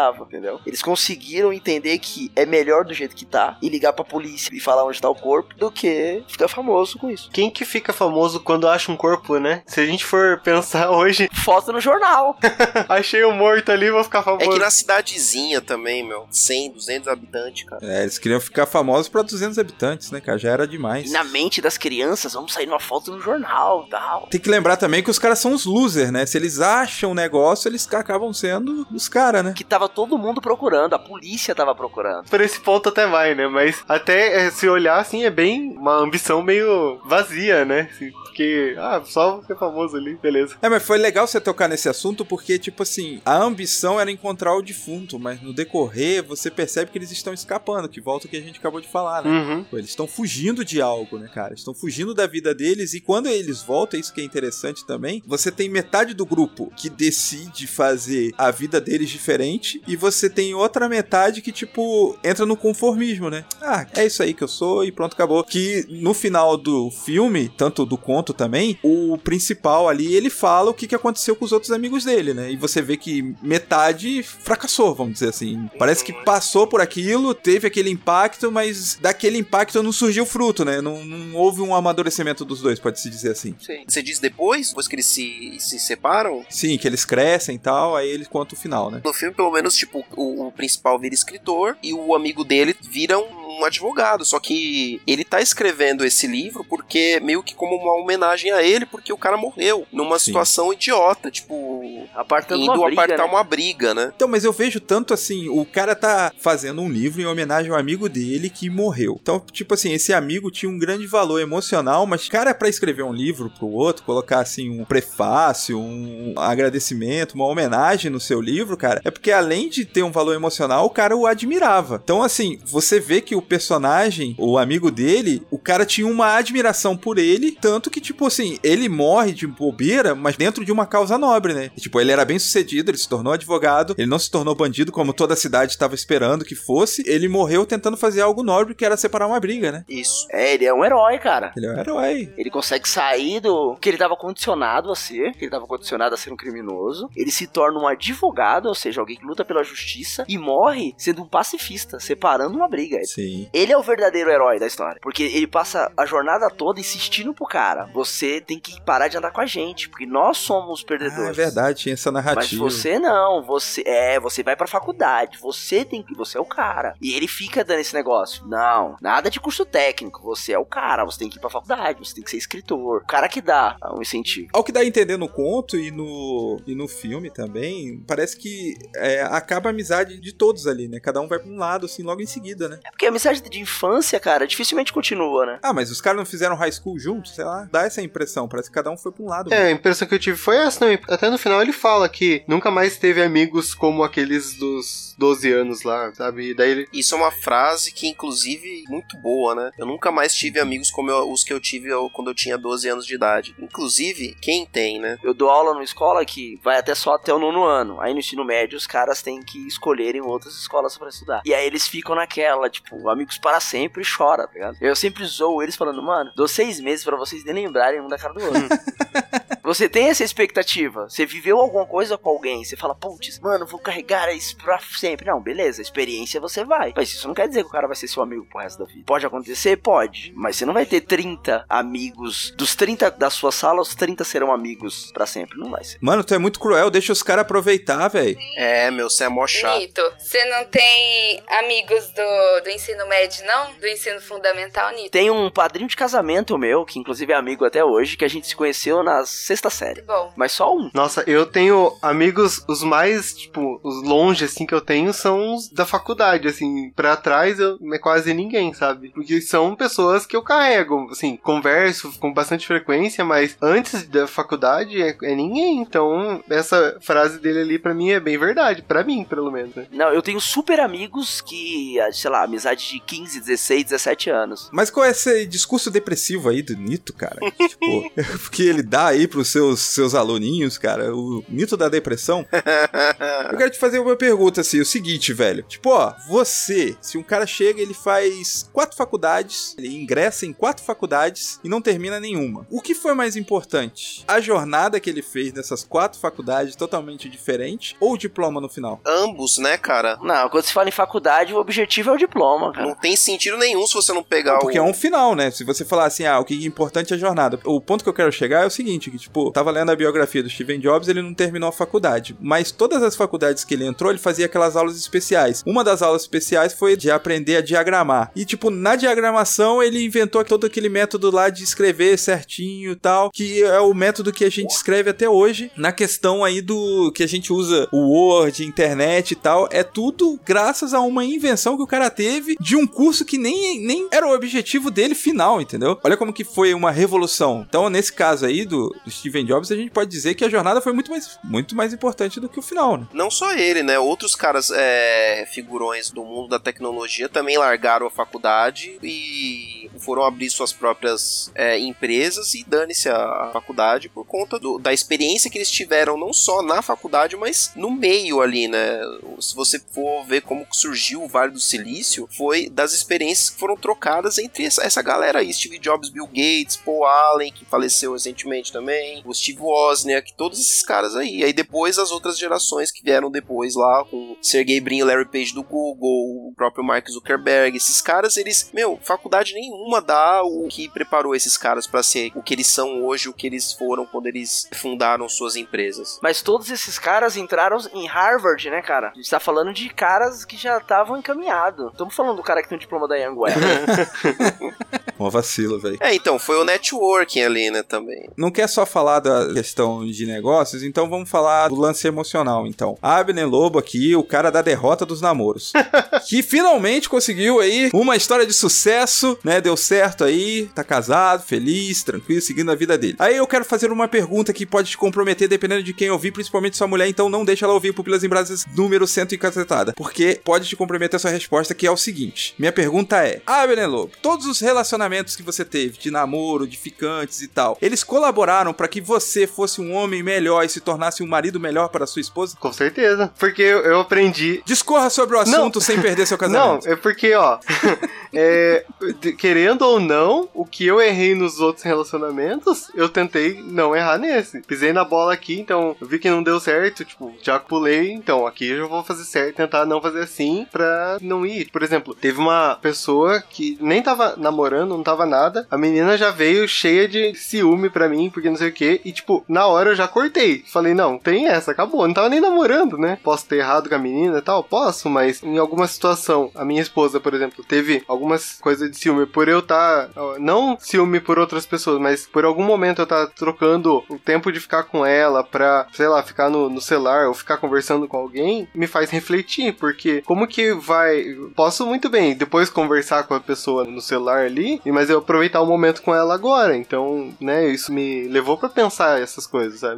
[SPEAKER 4] tava, entendeu? Eles conseguiram entender que é melhor do jeito que tá e ligar pra polícia e falar onde tá o corpo do que ficar famoso com isso.
[SPEAKER 5] Quem que fica famoso quando acha um corpo, né? Se a gente for pensar hoje...
[SPEAKER 4] Foto no jornal.
[SPEAKER 5] Achei o morto ali, vou ficar famoso.
[SPEAKER 3] É que na cidadezinha também, meu, 100, 200 habitantes, cara.
[SPEAKER 1] Eles queriam ficar famosos pra 200 habitantes, né, cara? Já era demais.
[SPEAKER 4] E na mente das crianças, vamos sair numa foto no jornal e tal.
[SPEAKER 1] Tem que lembrar também que os caras são os losers, né? Se eles acham um negócio, eles acabam sendo os caras, né?
[SPEAKER 4] Que tava todo mundo procurando, a polícia tava procurando.
[SPEAKER 5] Por esse ponto até vai, né? Mas até se olhar assim, é bem uma ambição meio vazia, né? Assim, porque, só ser famoso ali, beleza.
[SPEAKER 1] Mas foi legal você tocar nesse assunto porque, tipo assim, a ambição era encontrar o defunto, mas no decorrer você percebe que eles estão escapando, que volta o que a gente acabou de falar, né?
[SPEAKER 5] Uhum.
[SPEAKER 1] Eles estão fugindo de algo, né, cara? Estão fugindo da vida deles e quando eles voltam, isso que é interessante também, você tem metade do grupo que decide fazer a vida deles diferente e você tem outra metade que, tipo, entra no conformismo, né? É isso aí que eu sou e pronto, acabou. Que no final do filme, tanto do conto também, o principal ali, ele fala o que aconteceu com os outros amigos dele, né? E você vê que metade fracassou, vamos dizer assim. Parece que passou por aquilo, teve aquele impacto, mas daquele impacto não surgiu fruto, né? Não houve um amadurecimento dos dois, pode-se dizer assim.
[SPEAKER 3] Sim. Você diz depois que eles se separam?
[SPEAKER 1] Sim, que eles crescem e tal, aí eles contam o final, né?
[SPEAKER 3] No filme, pelo menos, tipo, o principal vira escritor e o amigo dele vira um advogado, só que ele tá escrevendo esse livro porque meio que como uma homenagem a ele, porque o cara morreu numa situação idiota, tipo, indo apartar uma briga, né?
[SPEAKER 1] Então, mas eu vejo tanto assim, o cara tá fazendo um livro em homenagem ao amigo dele que morreu. Então, tipo assim, esse amigo tinha um grande valor emocional, mas cara, pra escrever um livro pro outro, colocar assim um prefácio, um agradecimento, uma homenagem no seu livro, cara, é porque além de ter um valor emocional, o cara o admirava. Então, assim, você vê que o personagem, o amigo dele, o cara tinha uma admiração por ele, tanto que, tipo assim, ele morre de bobeira, mas dentro de uma causa nobre, né? E, tipo, ele era bem sucedido, ele se tornou advogado, ele não se tornou bandido como toda a cidade estava esperando que fosse, ele morreu tentando fazer algo nobre, que era separar uma briga, né?
[SPEAKER 3] Isso.
[SPEAKER 4] Ele é um herói, cara.
[SPEAKER 1] Ele é um herói.
[SPEAKER 4] Ele consegue sair do que ele estava condicionado a ser, que ele estava condicionado a ser um criminoso, ele se torna um advogado, ou seja, alguém que luta pela justiça, e morre sendo um pacifista, separando uma briga.
[SPEAKER 1] Sim.
[SPEAKER 4] Ele é o verdadeiro herói da história, porque ele passa a jornada toda insistindo pro cara, você tem que parar de andar com a gente, porque nós somos os perdedores.
[SPEAKER 1] É verdade, tinha essa narrativa.
[SPEAKER 4] Mas você não, você vai pra faculdade, você é o cara. E ele fica dando esse negócio, não, nada de curso técnico, você é o cara, você tem que ir pra faculdade, você tem que ser escritor, o cara que dá um incentivo.
[SPEAKER 1] Ao que dá a entender no conto e no filme também, parece que acaba a amizade de todos ali, né? Cada um vai pra um lado, assim, logo em seguida, né?
[SPEAKER 4] É porque a amizade de infância, cara, dificilmente continua, né?
[SPEAKER 1] Mas os caras não fizeram high school juntos, sei lá, dá essa impressão, parece que cada um foi pra um lado.
[SPEAKER 5] A impressão que eu tive foi essa, não, até no final ele fala que nunca mais teve amigos como aqueles dos 12 anos lá, sabe? E daí ele...
[SPEAKER 3] Isso é uma frase que, inclusive, muito boa, né? Eu nunca mais tive amigos como os que eu tive quando eu tinha 12 anos de idade. Inclusive, quem tem, né?
[SPEAKER 4] Eu dou aula numa escola que vai só até o 9º ano. Aí no ensino médio os caras têm que escolherem outras escolas pra estudar. E aí eles ficam naquela, tipo, amigos para sempre e chora, tá ligado? Eu sempre zoo eles falando, mano, dou 6 meses pra vocês nem lembrarem um da cara do outro. Você tem essa expectativa, você viveu alguma coisa com alguém, você fala, putz, mano, vou carregar isso pra sempre. Não, beleza, experiência você vai. Mas isso não quer dizer que o cara vai ser seu amigo pro resto da vida. Pode acontecer? Pode. Mas você não vai ter 30 amigos. Dos 30 da sua sala, os 30 serão amigos pra sempre. Não vai ser.
[SPEAKER 1] Mano, tu é muito cruel, deixa os caras aproveitar, velho.
[SPEAKER 3] Você é mó chato.
[SPEAKER 6] Nito, você não tem amigos do ensino médio, não? Do ensino fundamental, Nito?
[SPEAKER 4] Tem um padrinho de casamento meu, que inclusive é amigo até hoje, que a gente se conheceu na 6ª série.
[SPEAKER 6] Bom.
[SPEAKER 4] Mas só um.
[SPEAKER 5] Nossa, eu tenho amigos, os mais, tipo, os longe, assim, que eu tenho são os da faculdade, assim. Pra trás, não é quase ninguém, sabe? Porque são pessoas que eu carrego, assim, converso com bastante frequência, mas antes da faculdade é ninguém. Então, essa frase dele ali, pra mim, é bem verdade. Pra mim, pelo menos, né?
[SPEAKER 4] Não, eu tenho super amigos que, sei lá, amizade de 15, 16, 17 anos.
[SPEAKER 1] Mas qual é esse discurso depressivo aí do Nito, cara? Tipo, porque ele dá aí pros pros seus aluninhos, cara, o mito da depressão. Eu quero te fazer uma pergunta, assim, o seguinte, velho. Tipo, ó, você, se um cara chega, ele faz 4 faculdades, ele ingressa em 4 faculdades e não termina nenhuma. O que foi mais importante? A jornada que ele fez nessas 4 faculdades totalmente diferente ou o diploma no final?
[SPEAKER 3] Ambos, né, cara?
[SPEAKER 4] Não, quando se fala em faculdade, o objetivo é o diploma, cara.
[SPEAKER 3] Não tem sentido nenhum se você não pegar
[SPEAKER 1] porque é um final, né? Se você falar assim, o que é importante é a jornada. O ponto que eu quero chegar é o seguinte, que tipo, tava lendo a biografia do Steve Jobs, ele não terminou a faculdade, mas todas as faculdades que ele entrou, ele fazia aquelas aulas especiais. Uma das aulas especiais foi de aprender a diagramar. E tipo, na diagramação, ele inventou todo aquele método lá de escrever certinho e tal, que é o método que a gente escreve até hoje, na questão aí do que a gente usa o Word, internet e tal, é tudo graças a uma invenção que o cara teve de um curso que nem era o objetivo dele final, entendeu? Olha como que foi uma revolução. Então, nesse caso aí do Steve Jobs, a gente pode dizer que a jornada foi muito mais importante do que o final, né?
[SPEAKER 3] Não só ele, né? Outros caras, figurões do mundo da tecnologia também largaram a faculdade e foram abrir suas próprias empresas e dane-se a faculdade por conta da experiência que eles tiveram não só na faculdade, mas no meio ali, né? Se você for ver como surgiu o Vale do Silício, foi das experiências que foram trocadas entre essa galera aí, Steve Jobs, Bill Gates, Paul Allen, que faleceu recentemente também, o Steve Wozniak, todos esses caras aí. Aí depois as outras gerações que vieram depois lá, com o Sergey Brin e Larry Page do Google, o próprio Mark Zuckerberg, esses caras, eles, faculdade nenhuma dá o que preparou esses caras pra ser o que eles são hoje, o que eles foram quando eles fundaram suas empresas.
[SPEAKER 4] Mas todos esses caras entraram em Harvard, né, cara? A gente tá falando de caras que já estavam encaminhados. Estamos falando do cara que tem um diploma da Youngware.
[SPEAKER 1] Uma vacila, velho.
[SPEAKER 3] Então, foi o networking ali, né, também.
[SPEAKER 1] Não quer só falar da questão de negócios, então vamos falar do lance emocional, então. Abner Lobo aqui, o cara da derrota dos namoros. Que finalmente conseguiu aí uma história de sucesso, né, deu certo aí, tá casado, feliz, tranquilo, seguindo a vida dele. Aí eu quero fazer uma pergunta que pode te comprometer dependendo de quem ouvir, principalmente sua mulher, então não deixa ela ouvir Pupilas em Brasas número 100 e cacetada, porque pode te comprometer a sua resposta, que é o seguinte. Minha pergunta é, Abner Lobo, todos os relacionamentos que você teve, de namoro, de ficantes e tal, eles colaboraram para que você fosse um homem melhor e se tornasse um marido melhor para sua esposa?
[SPEAKER 5] Com certeza, porque eu aprendi...
[SPEAKER 1] Discorra sobre o assunto sem perder seu casamento.
[SPEAKER 5] Não, é porque, ó, querendo ou não, o que eu errei nos outros relacionamentos, eu tentei não errar nesse. Pisei na bola aqui, então eu vi que não deu certo, tipo, já pulei, então aqui eu já vou fazer certo, tentar não fazer assim pra não ir. Por exemplo, teve uma pessoa que nem tava namorando, não tava nada, a menina já veio cheia de ciúme pra mim, porque não sei o que, e tipo, na hora eu já cortei. Falei, não, tem essa, acabou, não tava nem namorando, né? Posso ter errado com a menina e tal? Posso, mas em alguma situação, a minha esposa, por exemplo, teve algumas coisas de ciúme por eu estar, não ciúme por outras pessoas, mas por algum momento eu estar trocando o tempo de ficar com ela pra, sei lá, ficar no celular ou ficar conversando com alguém, me faz refletir, porque como que vai... Posso muito bem depois conversar com a pessoa no celular ali, mas eu aproveitar o momento com ela agora, então, né, isso me levou pra pensar essas coisas, sabe?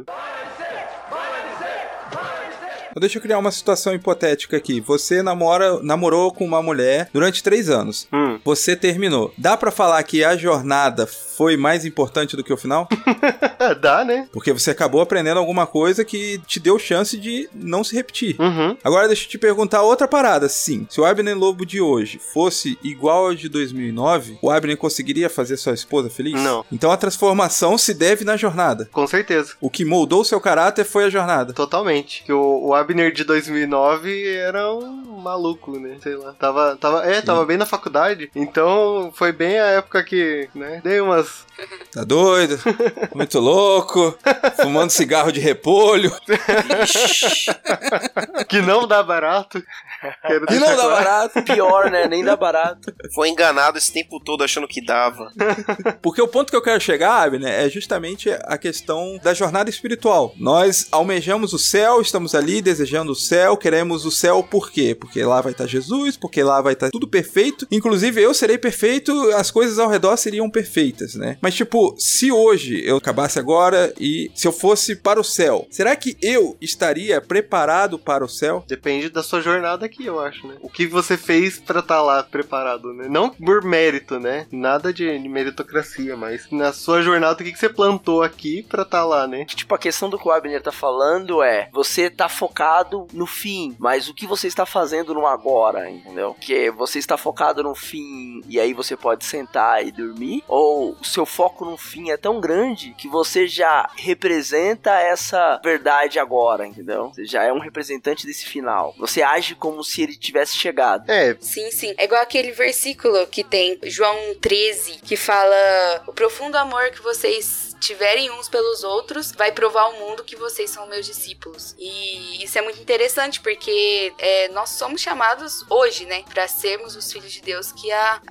[SPEAKER 1] Deixa eu criar uma situação hipotética aqui. Você namorou com uma mulher durante 3 anos. Você terminou. Dá pra falar que a jornada foi mais importante do que o final?
[SPEAKER 5] Dá, né?
[SPEAKER 1] Porque você acabou aprendendo alguma coisa que te deu chance de não se repetir. Agora deixa eu te perguntar outra parada. Sim, se o Abner Lobo de hoje fosse igual ao de 2009, o Abner conseguiria fazer sua esposa feliz?
[SPEAKER 5] Não.
[SPEAKER 1] Então a transformação se deve na jornada.
[SPEAKER 5] Com certeza.
[SPEAKER 1] O que moldou seu caráter foi a jornada.
[SPEAKER 5] Totalmente. Que o Abner de 2009 era um maluco, né? Sei lá. Tava bem na faculdade. Então foi bem a época que, né? Dei umas...
[SPEAKER 1] Tá doido? Muito louco? Fumando cigarro de repolho?
[SPEAKER 5] Que não dá barato.
[SPEAKER 1] Que não dá barato.
[SPEAKER 4] Pior, né? Nem dá barato.
[SPEAKER 3] Foi enganado esse tempo todo achando que dava.
[SPEAKER 1] Porque o ponto que eu quero chegar, Abner, é justamente a questão da jornada espiritual. Nós almejamos o céu, estamos ali, desejando o céu, queremos o céu por quê? Porque lá vai estar Jesus, porque lá vai estar tudo perfeito, inclusive eu serei perfeito, as coisas ao redor seriam perfeitas, né? Mas tipo, se hoje eu acabasse agora e se eu fosse para o céu, será que eu estaria preparado para o céu?
[SPEAKER 5] Depende da sua jornada aqui, eu acho, né? O que você fez pra estar lá preparado, né? Não por mérito, né? Nada de meritocracia, mas na sua jornada, o que você plantou aqui pra estar lá, né?
[SPEAKER 4] Tipo, a questão do que o Abner tá falando é, você tá focado no fim, mas o que você está fazendo no agora, entendeu? Porque você está focado no fim e aí você pode sentar e dormir, ou o seu foco no fim é tão grande que você já representa essa verdade agora, entendeu? Você já é um representante desse final. Você age como se ele tivesse chegado.
[SPEAKER 6] Sim, sim. É igual aquele versículo que tem João 13, que fala: o profundo amor que vocês tiverem uns pelos outros vai provar ao mundo que vocês são meus discípulos. E isso é muito interessante, porque nós somos chamados hoje, né, pra sermos os filhos de Deus que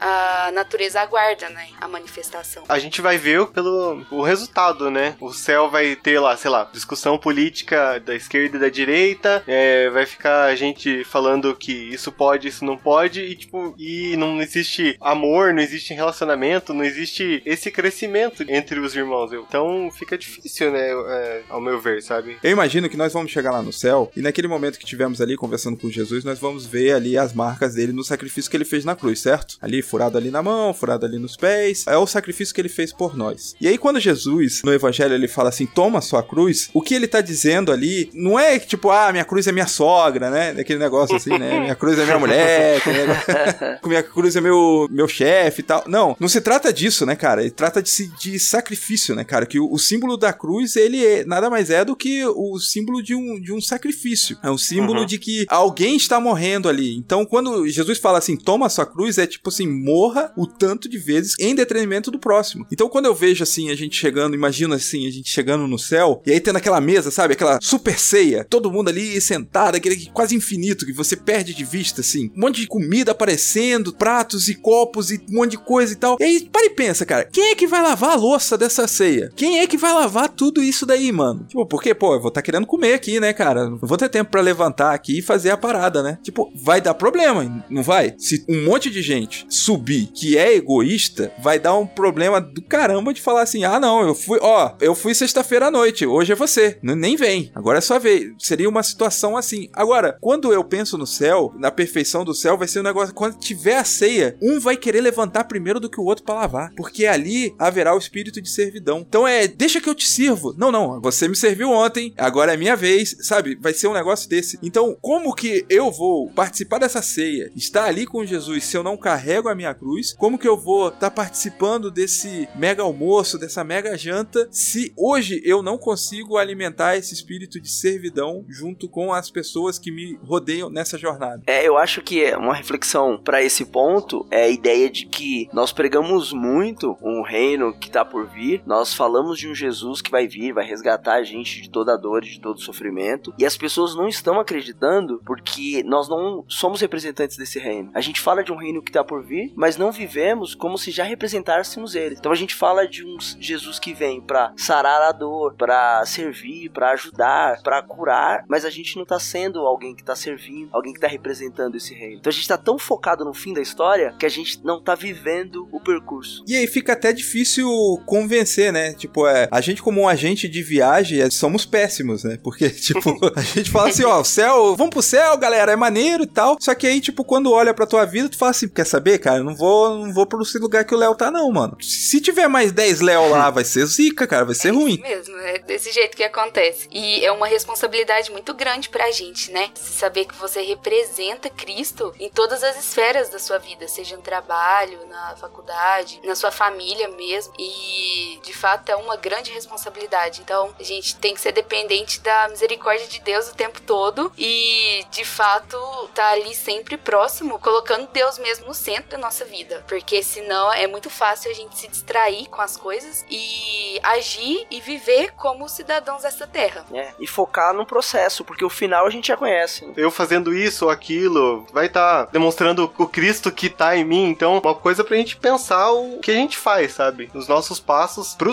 [SPEAKER 6] a natureza aguarda, né, a manifestação.
[SPEAKER 5] A gente vai ver pelo resultado, né? O céu vai ter lá, sei lá, discussão política da esquerda e da direita, vai ficar a gente falando que isso pode, isso não pode, e tipo, e não existe amor, não existe relacionamento, não existe esse crescimento entre os irmãos. Então fica difícil, né, ao meu ver, sabe?
[SPEAKER 1] Eu imagino que nós vamos chegar lá no céu e naquele momento que estivermos ali conversando com Jesus, nós vamos ver ali as marcas dele no sacrifício que ele fez na cruz, certo? Ali, furado ali na mão, furado ali nos pés, é o sacrifício que ele fez por nós. E aí quando Jesus, no evangelho, ele fala assim, toma a sua cruz, o que ele tá dizendo ali, não é que tipo, minha cruz é minha sogra, né? Aquele negócio assim, né? Minha cruz é minha mulher, minha cruz é meu chefe e tal. Não se trata disso, né, cara? Ele trata de sacrifício, né, cara? Que o símbolo da cruz, ele nada mais é do que o símbolo de um sacrifício. É um símbolo de que alguém está morrendo ali. Então, quando Jesus fala assim, toma a sua cruz, é tipo assim, morra o tanto de vezes em detrimento do próximo. Então, quando eu vejo assim, a gente chegando, imagina assim, a gente chegando no céu, e aí tendo aquela mesa, sabe? Aquela super ceia, todo mundo ali sentado, aquele quase infinito, que você perde de vista, assim. Um monte de comida aparecendo, pratos e copos e um monte de coisa e tal. E aí, para e pensa, cara, quem é que vai lavar a louça dessa ceia? Quem é que vai lavar tudo isso daí, mano? Tipo, porque, eu vou estar querendo comer aqui, né, cara? Não vou ter tempo pra levantar aqui e fazer a parada, né? Tipo, vai dar problema, não vai? Se um monte de gente subir que é egoísta, vai dar um problema do caramba de falar assim, não, eu fui sexta-feira à noite, hoje é você. Nem vem, agora é sua vez. Seria uma situação assim. Agora, quando eu penso no céu, na perfeição do céu, vai ser um negócio, quando tiver a ceia, um vai querer levantar primeiro do que o outro pra lavar, porque ali haverá o espírito de servidão. Então deixa que eu te sirvo. Não, você me serviu ontem, agora é minha vez, sabe? Vai ser um negócio desse. Então, como que eu vou participar dessa ceia, estar ali com Jesus, se eu não carrego a minha cruz? Como que eu vou estar participando desse mega almoço, dessa mega janta, se hoje eu não consigo alimentar esse espírito de servidão junto com as pessoas que me rodeiam nessa jornada?
[SPEAKER 4] Eu acho que uma reflexão para esse ponto é a ideia de que nós pregamos muito um reino que tá por vir, nós falamos de um Jesus que vai vir, vai resgatar a gente de toda a dor e de todo o sofrimento, e as pessoas não estão acreditando porque nós não somos representantes desse reino. A gente fala de um reino que tá por vir, mas não vivemos como se já representássemos ele. Então a gente fala de um Jesus que vem pra sarar a dor, pra servir, pra ajudar, pra curar, mas a gente não tá sendo alguém que tá servindo, alguém que tá representando esse reino. Então a gente tá tão focado no fim da história que a gente não tá vivendo o percurso.
[SPEAKER 1] E aí fica até difícil convencer, né? Tipo, a gente como um agente de viagem, somos péssimos, né? Porque, tipo, a gente fala assim, o céu, vamos pro céu, galera, é maneiro e tal. Só que aí, tipo, quando olha pra tua vida, tu fala assim, quer saber, cara? Eu não vou pro lugar que o Léo tá, não, mano. Se tiver mais 10 Léo lá, vai ser zica, cara, vai ser ruim.
[SPEAKER 6] Isso mesmo, é desse jeito que acontece. E é uma responsabilidade muito grande pra gente, né? Saber que você representa Cristo em todas as esferas da sua vida, seja no trabalho, na faculdade, na sua família mesmo. E, de fato, é uma grande responsabilidade. Então, a gente tem que ser dependente da misericórdia de Deus o tempo todo e, de fato, tá ali sempre próximo, colocando Deus mesmo no centro da nossa vida. Porque, senão, é muito fácil a gente se distrair com as coisas e agir e viver como cidadãos dessa terra.
[SPEAKER 4] E focar no processo, porque o final a gente já conhece.
[SPEAKER 5] Eu fazendo isso ou aquilo, vai estar demonstrando o Cristo que tá em mim. Então, uma coisa pra gente pensar o que a gente faz, sabe? Os nossos passos pros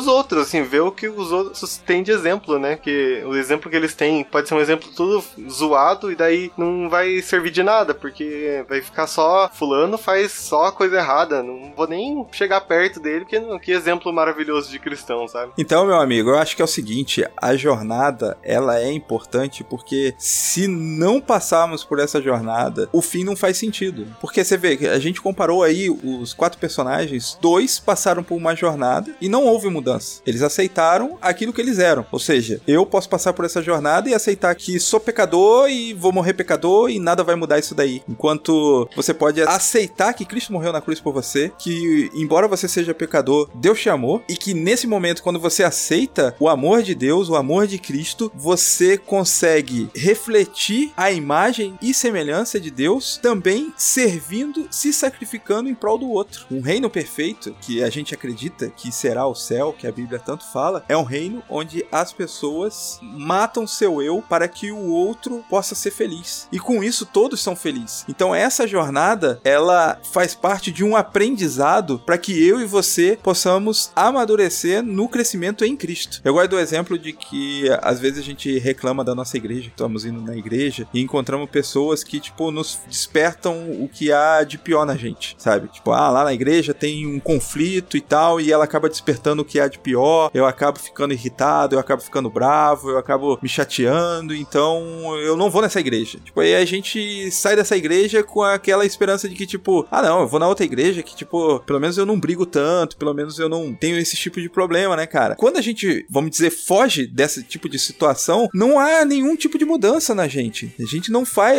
[SPEAKER 5] os outros, assim, ver o que os outros têm de exemplo, né? Que o exemplo que eles têm pode ser um exemplo tudo zoado e daí não vai servir de nada, porque vai ficar só fulano faz só a coisa errada, não vou nem chegar perto dele, porque que exemplo maravilhoso de cristão, sabe?
[SPEAKER 1] Então, meu amigo, eu acho que é o seguinte, a jornada, ela é importante porque se não passarmos por essa jornada, o fim não faz sentido. Porque você vê, a gente comparou aí os 4 personagens, 2 passaram por uma jornada e não houve mudança. Eles aceitaram aquilo que eles eram. Ou seja, eu posso passar por essa jornada e aceitar que sou pecador e vou morrer pecador e nada vai mudar isso daí. Enquanto você pode aceitar que Cristo morreu na cruz por você, que embora você seja pecador, Deus te amou, e que nesse momento, quando você aceita o amor de Deus, o amor de Cristo, você consegue refletir a imagem e semelhança de Deus, também servindo, se sacrificando em prol do outro. Um reino perfeito, que a gente acredita que será o céu, que a Bíblia tanto fala, é um reino onde as pessoas matam seu eu para que o outro possa ser feliz. E com isso todos são felizes. Então essa jornada, ela faz parte de um aprendizado para que eu e você possamos amadurecer no crescimento em Cristo. Eu gosto do exemplo de que às vezes a gente reclama da nossa igreja, estamos indo na igreja e encontramos pessoas que, tipo, nos despertam o que há de pior na gente, sabe? Tipo, lá na igreja tem um conflito e tal, e ela acaba despertando o que há de pior, eu acabo ficando irritado, eu acabo ficando bravo, eu acabo me chateando, então eu não vou nessa igreja. Tipo, aí a gente sai dessa igreja com aquela esperança de que, tipo, não, eu vou na outra igreja que, tipo, pelo menos eu não brigo tanto, pelo menos eu não tenho esse tipo de problema, né, cara? Quando a gente, vamos dizer, foge desse tipo de situação, não há nenhum tipo de mudança na gente. A gente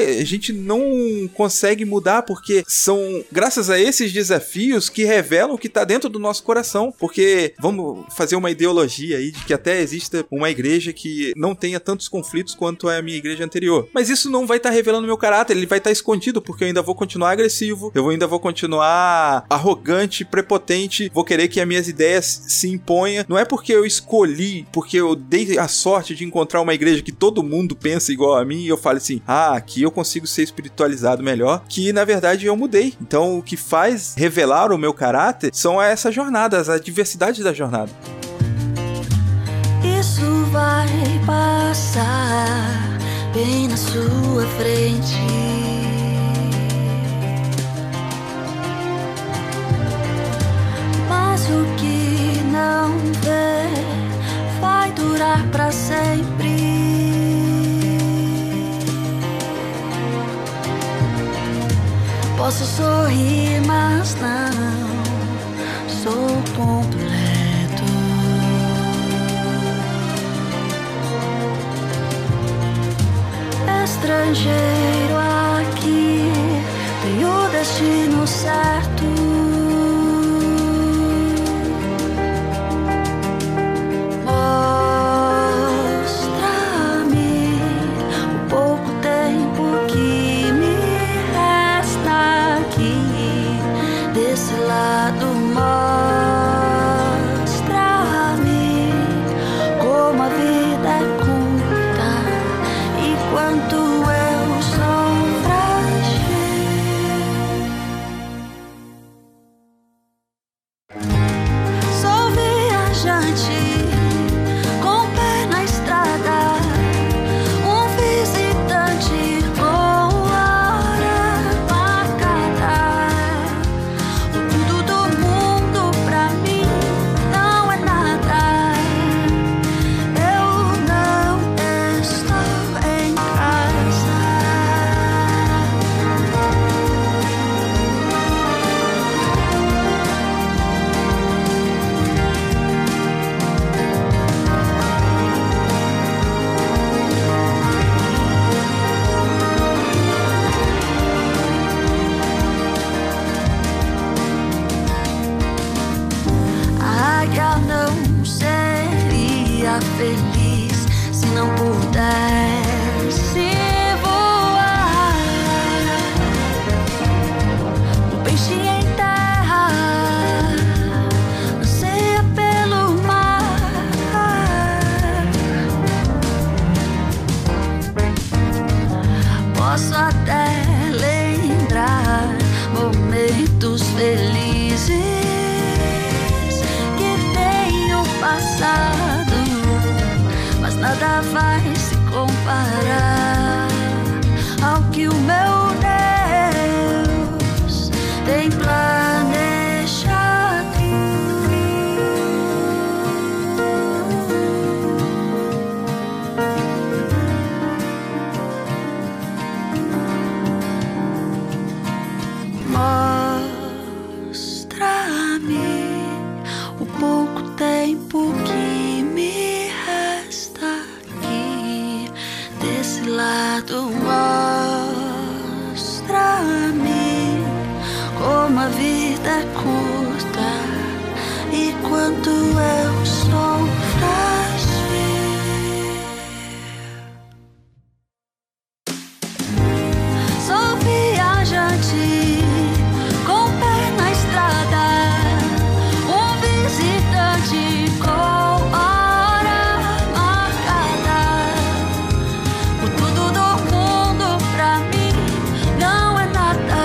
[SPEAKER 1] não consegue mudar porque são graças a esses desafios que revelam o que tá dentro do nosso coração. Porque vamos fazer uma ideologia aí de que até exista uma igreja que não tenha tantos conflitos quanto a minha igreja anterior. Mas isso não vai estar revelando meu caráter, ele vai estar escondido, porque eu ainda vou continuar agressivo, eu ainda vou continuar arrogante, prepotente, vou querer que as minhas ideias se imponham. Não é porque eu escolhi, porque eu dei a sorte de encontrar uma igreja que todo mundo pensa igual a mim e eu falo assim, aqui eu consigo ser espiritualizado melhor, que na verdade eu mudei. Então o que faz revelar o meu caráter são essas jornadas, a diversidade da jornada.
[SPEAKER 8] Isso vai passar bem na sua frente. Mas o que não vê vai durar pra sempre. Posso sorrir, mas não sou completo. Estrangeiro aqui, tenho o destino certo. Mostra-me o pouco tempo que me resta aqui desse lado. Mostra-me como a vida é curta e quanto eu sou frágil. Sou viajante com o pé na estrada, um visitante com hora marcada. O tudo do mundo pra mim não é nada. Eu não estou em casa. A águia não seria feliz se não pudesse voar. O peixe em terra anseia pelo mar. Posso até lembrar momentos felizes que tenho passado. parar ao que o meu Deus tem planejado. Mostra-me o pouco tempo que me resta aqui desse lado. Mostra-me como a vida é curta e quanto eu sou frágil. Sou viajante com o pé na estrada, um visitante com hora marcada. O tudo do mundo pra mim não é nada.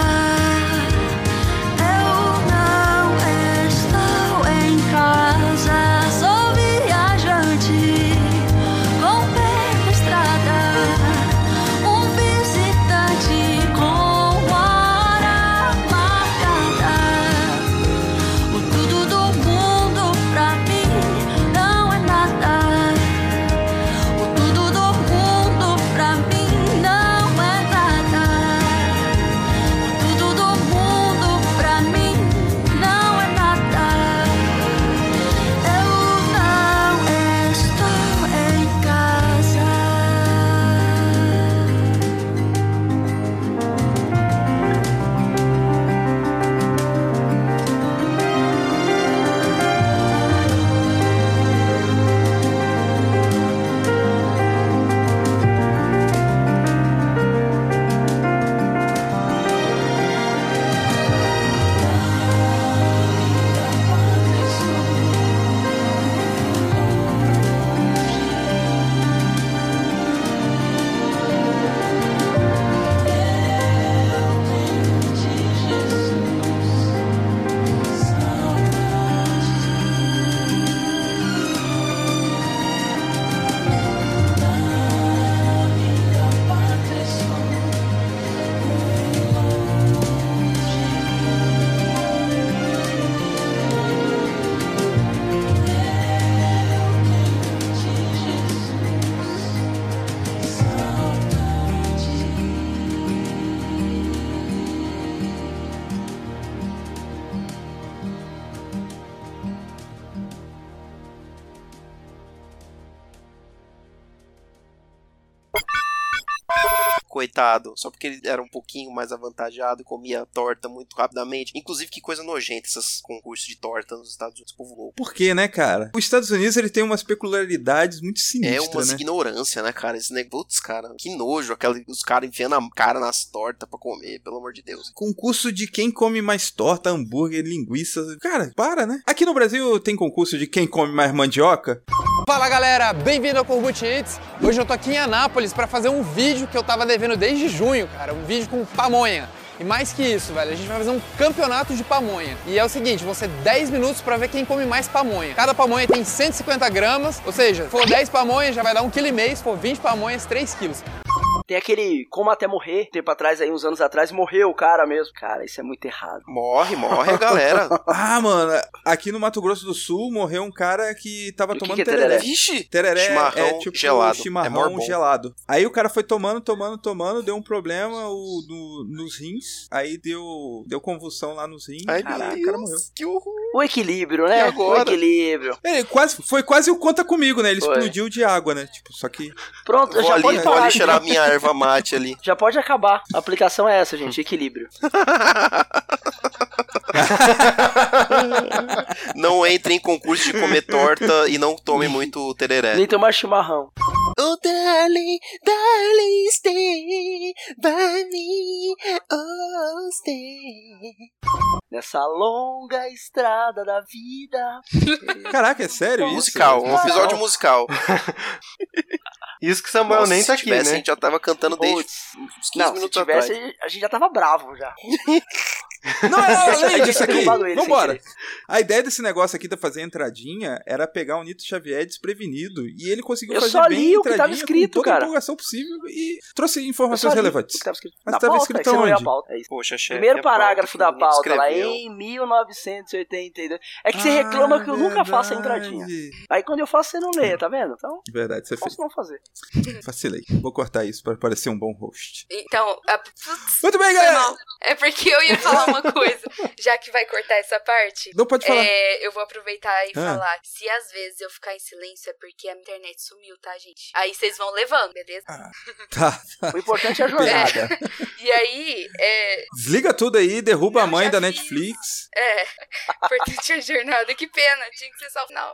[SPEAKER 8] Eu não estou em casa. Sou viajante com o pé na estrada, um visitante com hora marcada. O tudo do mundo pra mim não é nada. O tudo do mundo pra mim não é nada. O tudo do mundo pra mim não é nada. Eu não estou em casa.
[SPEAKER 3] Coitado, só porque ele era um pouquinho mais avantajado e comia torta muito rapidamente. Inclusive, que coisa nojenta esses concursos de torta nos Estados Unidos, povo louco.
[SPEAKER 1] Por quê, né, cara? Os Estados Unidos, ele tem umas peculiaridades muito sinistras,
[SPEAKER 3] É umas
[SPEAKER 1] né?
[SPEAKER 3] ignorância, né, cara? Esse negócio, putz, cara, que nojo, os caras enfiando a cara nas tortas pra comer, pelo amor de Deus.
[SPEAKER 1] Concurso de quem come mais torta, hambúrguer, linguiça. Cara, para, né? Aqui no Brasil tem concurso de quem come mais mandioca.
[SPEAKER 9] Fala galera, bem-vindo ao Corgut Hits. Hoje eu tô aqui em Anápolis pra fazer um vídeo que eu tava devendo desde junho, cara. Um vídeo com pamonha. E mais que isso, velho, a gente vai fazer um campeonato de pamonha. E é o seguinte, vão ser 10 minutos pra ver quem come mais pamonha. Cada pamonha tem 150 gramas, ou seja, se for 10 pamonhas já vai dar 1,5 kg, se for 20 pamonhas, 3 quilos.
[SPEAKER 4] Tem aquele Como Até Morrer, tempo atrás, aí uns anos atrás, morreu o cara mesmo. Cara, isso é muito errado.
[SPEAKER 3] Morre a galera.
[SPEAKER 1] Ah, mano, aqui no Mato Grosso do Sul morreu um cara que tava tomando
[SPEAKER 4] que é
[SPEAKER 1] tereré.
[SPEAKER 4] tereré?
[SPEAKER 3] Vixe!
[SPEAKER 1] Tereré
[SPEAKER 3] Chimarrão
[SPEAKER 1] é tipo
[SPEAKER 3] gelado.
[SPEAKER 1] chimarrão
[SPEAKER 3] É
[SPEAKER 1] gelado. Aí o cara foi tomando, deu um problema nos rins. Aí deu convulsão lá nos rins.
[SPEAKER 3] Ai,
[SPEAKER 1] Caraca,
[SPEAKER 3] meu
[SPEAKER 1] o cara
[SPEAKER 3] Deus,
[SPEAKER 1] morreu.
[SPEAKER 3] que horror.
[SPEAKER 4] O equilíbrio, né?
[SPEAKER 3] E agora?
[SPEAKER 4] O equilíbrio.
[SPEAKER 1] Foi quase o Conta Comigo, né? Ele
[SPEAKER 4] Foi.
[SPEAKER 1] explodiu de água, né? Tipo, só que...
[SPEAKER 4] Pronto,
[SPEAKER 3] Vou
[SPEAKER 4] já
[SPEAKER 3] ali,
[SPEAKER 4] pode
[SPEAKER 3] vou
[SPEAKER 4] parar.
[SPEAKER 3] ali cheirar minha erva mate ali.
[SPEAKER 4] Já pode acabar. A aplicação é essa, gente. Equilíbrio.
[SPEAKER 3] Não entre em concurso de comer torta e não tome muito tereré.
[SPEAKER 4] Nem tomar chimarrão.
[SPEAKER 3] Oh, darling, darling, stay by me, oh, stay.
[SPEAKER 4] Nessa longa estrada da vida.
[SPEAKER 1] Caraca, é sério isso?
[SPEAKER 3] Musical, um episódio musical.
[SPEAKER 5] Isso que Samuel nem tá
[SPEAKER 3] se
[SPEAKER 5] aqui,
[SPEAKER 3] tivesse,
[SPEAKER 5] né?
[SPEAKER 3] a gente já tava cantando desde
[SPEAKER 4] Putz.
[SPEAKER 3] uns 15
[SPEAKER 4] Não, se
[SPEAKER 3] minutos
[SPEAKER 4] tivesse,
[SPEAKER 3] atrás.
[SPEAKER 4] a gente já tava bravo já.
[SPEAKER 1] Não, além disso aqui.
[SPEAKER 4] derrubado ele sem
[SPEAKER 1] Vambora.
[SPEAKER 4] querer.
[SPEAKER 1] A ideia desse negócio aqui de fazer a entradinha era pegar o Nito Xavier desprevenido. E ele conseguiu
[SPEAKER 4] Eu
[SPEAKER 1] fazer
[SPEAKER 4] só
[SPEAKER 1] bem
[SPEAKER 4] li
[SPEAKER 1] a
[SPEAKER 4] o que tava
[SPEAKER 1] entradinha
[SPEAKER 4] escrito,
[SPEAKER 1] com toda a
[SPEAKER 4] cara.
[SPEAKER 1] empolgação possível e trouxe
[SPEAKER 4] Eu só
[SPEAKER 1] informações
[SPEAKER 4] li
[SPEAKER 1] relevantes.
[SPEAKER 4] o que tava escrito.
[SPEAKER 1] Mas
[SPEAKER 4] Na
[SPEAKER 1] tava
[SPEAKER 4] pauta,
[SPEAKER 1] escrito
[SPEAKER 4] que você não leu a
[SPEAKER 1] onde?
[SPEAKER 4] pauta, é isso.
[SPEAKER 3] Poxa, chefe.
[SPEAKER 4] Primeiro
[SPEAKER 3] a pauta
[SPEAKER 4] parágrafo
[SPEAKER 3] que
[SPEAKER 4] da
[SPEAKER 3] o Nito
[SPEAKER 4] pauta, lá
[SPEAKER 3] escreveu.
[SPEAKER 4] em 1982. É que você reclama que eu nunca faço a entradinha. Aí quando eu faço, você não lê, tá vendo? Então,
[SPEAKER 1] Verdade, você fez.
[SPEAKER 4] posso não fazer.
[SPEAKER 1] Vacilei. Vou cortar isso pra parecer um bom host.
[SPEAKER 6] Então, putz,
[SPEAKER 1] Muito bem,
[SPEAKER 6] foi
[SPEAKER 1] galera.
[SPEAKER 6] mal. É porque eu ia falar uma coisa. Já que vai cortar essa parte,
[SPEAKER 1] Não pode falar.
[SPEAKER 6] eu vou aproveitar e falar. Se às vezes eu ficar em silêncio é porque a internet sumiu, tá, gente? Aí vocês vão levando, beleza?
[SPEAKER 1] Tá.
[SPEAKER 4] O importante é a jornada.
[SPEAKER 6] E aí,
[SPEAKER 1] Desliga tudo aí, derruba
[SPEAKER 6] Não,
[SPEAKER 1] a mãe
[SPEAKER 6] já
[SPEAKER 1] da
[SPEAKER 6] fiz.
[SPEAKER 1] Netflix.
[SPEAKER 6] importante é a jornada. Que pena, tinha que ser só o final.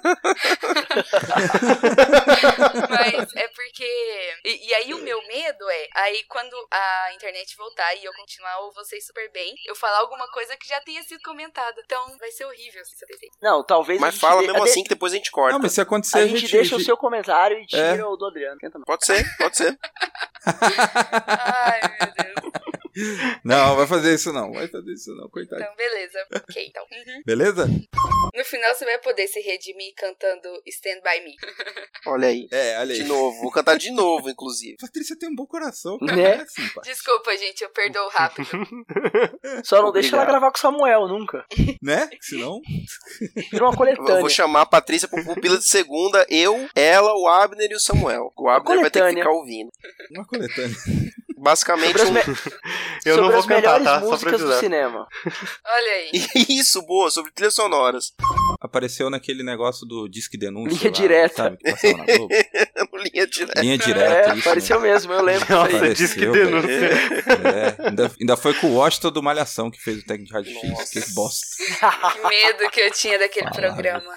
[SPEAKER 6] Mas é porque... E aí o meu medo aí quando a internet voltar e eu continuar ou vocês super bem, eu falar alguma coisa que já tenha sido comentada. Então vai ser horrível se você fizer.
[SPEAKER 4] Não, talvez
[SPEAKER 3] Mas fala mesmo assim que depois a gente corta.
[SPEAKER 1] Não, mas se acontecer,
[SPEAKER 4] a gente deixa o seu comentário e tira o do Adriano. Tenta não.
[SPEAKER 3] Pode ser, pode ser.
[SPEAKER 6] Ai, meu Deus.
[SPEAKER 1] Não, vai fazer isso não. Coitado.
[SPEAKER 6] Então, beleza. Ok, então.
[SPEAKER 1] Beleza?
[SPEAKER 6] No final você vai poder se redimir cantando Stand By Me.
[SPEAKER 3] Olha aí.
[SPEAKER 1] Olha aí.
[SPEAKER 3] De novo, vou cantar de novo, inclusive.
[SPEAKER 1] Patrícia tem um bom coração, cara.
[SPEAKER 4] Né?
[SPEAKER 1] É assim, pá.
[SPEAKER 6] Desculpa, gente, eu perdoo rápido.
[SPEAKER 4] Só não deixa ela
[SPEAKER 3] Obrigado.
[SPEAKER 4] gravar com o Samuel, nunca.
[SPEAKER 1] Né? Senão...
[SPEAKER 4] Vira uma coletânea.
[SPEAKER 3] Eu vou chamar a Patrícia pro Pupila de Segunda, eu, ela, o Abner e o Samuel. O Abner vai ter que
[SPEAKER 4] coletânea.
[SPEAKER 3] ficar ouvindo.
[SPEAKER 1] Uma coletânea.
[SPEAKER 3] Basicamente
[SPEAKER 4] Sobre as,
[SPEAKER 5] Eu não
[SPEAKER 4] sobre
[SPEAKER 5] vou
[SPEAKER 4] as
[SPEAKER 5] cantar,
[SPEAKER 4] melhores
[SPEAKER 5] tá? Só pra
[SPEAKER 4] músicas do
[SPEAKER 5] avisar.
[SPEAKER 4] cinema.
[SPEAKER 6] Olha aí.
[SPEAKER 3] Isso, boa, sobre trilhas sonoras.
[SPEAKER 1] Apareceu naquele negócio do Disque Denúncia.
[SPEAKER 4] Linha
[SPEAKER 1] lá,
[SPEAKER 4] direta.
[SPEAKER 1] Sabe, que passava na Globo.
[SPEAKER 3] Linha direta.
[SPEAKER 1] Linha
[SPEAKER 4] É,
[SPEAKER 1] direta. isso
[SPEAKER 4] apareceu mesmo, eu lembro.
[SPEAKER 5] Nossa,
[SPEAKER 4] disso aí.
[SPEAKER 1] Apareceu,
[SPEAKER 5] diz que
[SPEAKER 1] velho.
[SPEAKER 5] denúncia.
[SPEAKER 1] Ainda foi com o Washington do Malhação que fez o técnico de Rádio X. Que bosta.
[SPEAKER 6] Que medo que eu tinha daquele programa.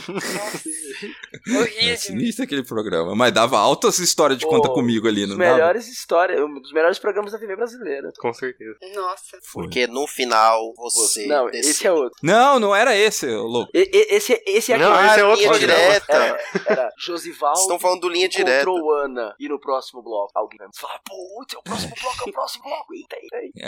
[SPEAKER 6] Morria
[SPEAKER 1] É
[SPEAKER 6] de medo.
[SPEAKER 1] sinistro aquele programa. Mas dava altas histórias de conta comigo ali,
[SPEAKER 4] Um
[SPEAKER 1] não
[SPEAKER 4] dos
[SPEAKER 1] dava?
[SPEAKER 4] melhores histórias, um dos melhores programas da TV brasileira.
[SPEAKER 5] Com certeza.
[SPEAKER 6] Nossa.
[SPEAKER 1] Foi.
[SPEAKER 3] Porque no final você.
[SPEAKER 4] Não,
[SPEAKER 3] decide.
[SPEAKER 4] esse é outro.
[SPEAKER 1] Não era esse, ô louco.
[SPEAKER 4] Esse aqui.
[SPEAKER 5] Não, esse é outro
[SPEAKER 3] Linha
[SPEAKER 5] programa.
[SPEAKER 3] direta.
[SPEAKER 4] Era Josival.
[SPEAKER 3] Vocês estão falando do Linha Direta.
[SPEAKER 4] Encontrou Ana. E no próximo bloco, alguém vai falar, putz, é o próximo bloco. Eita.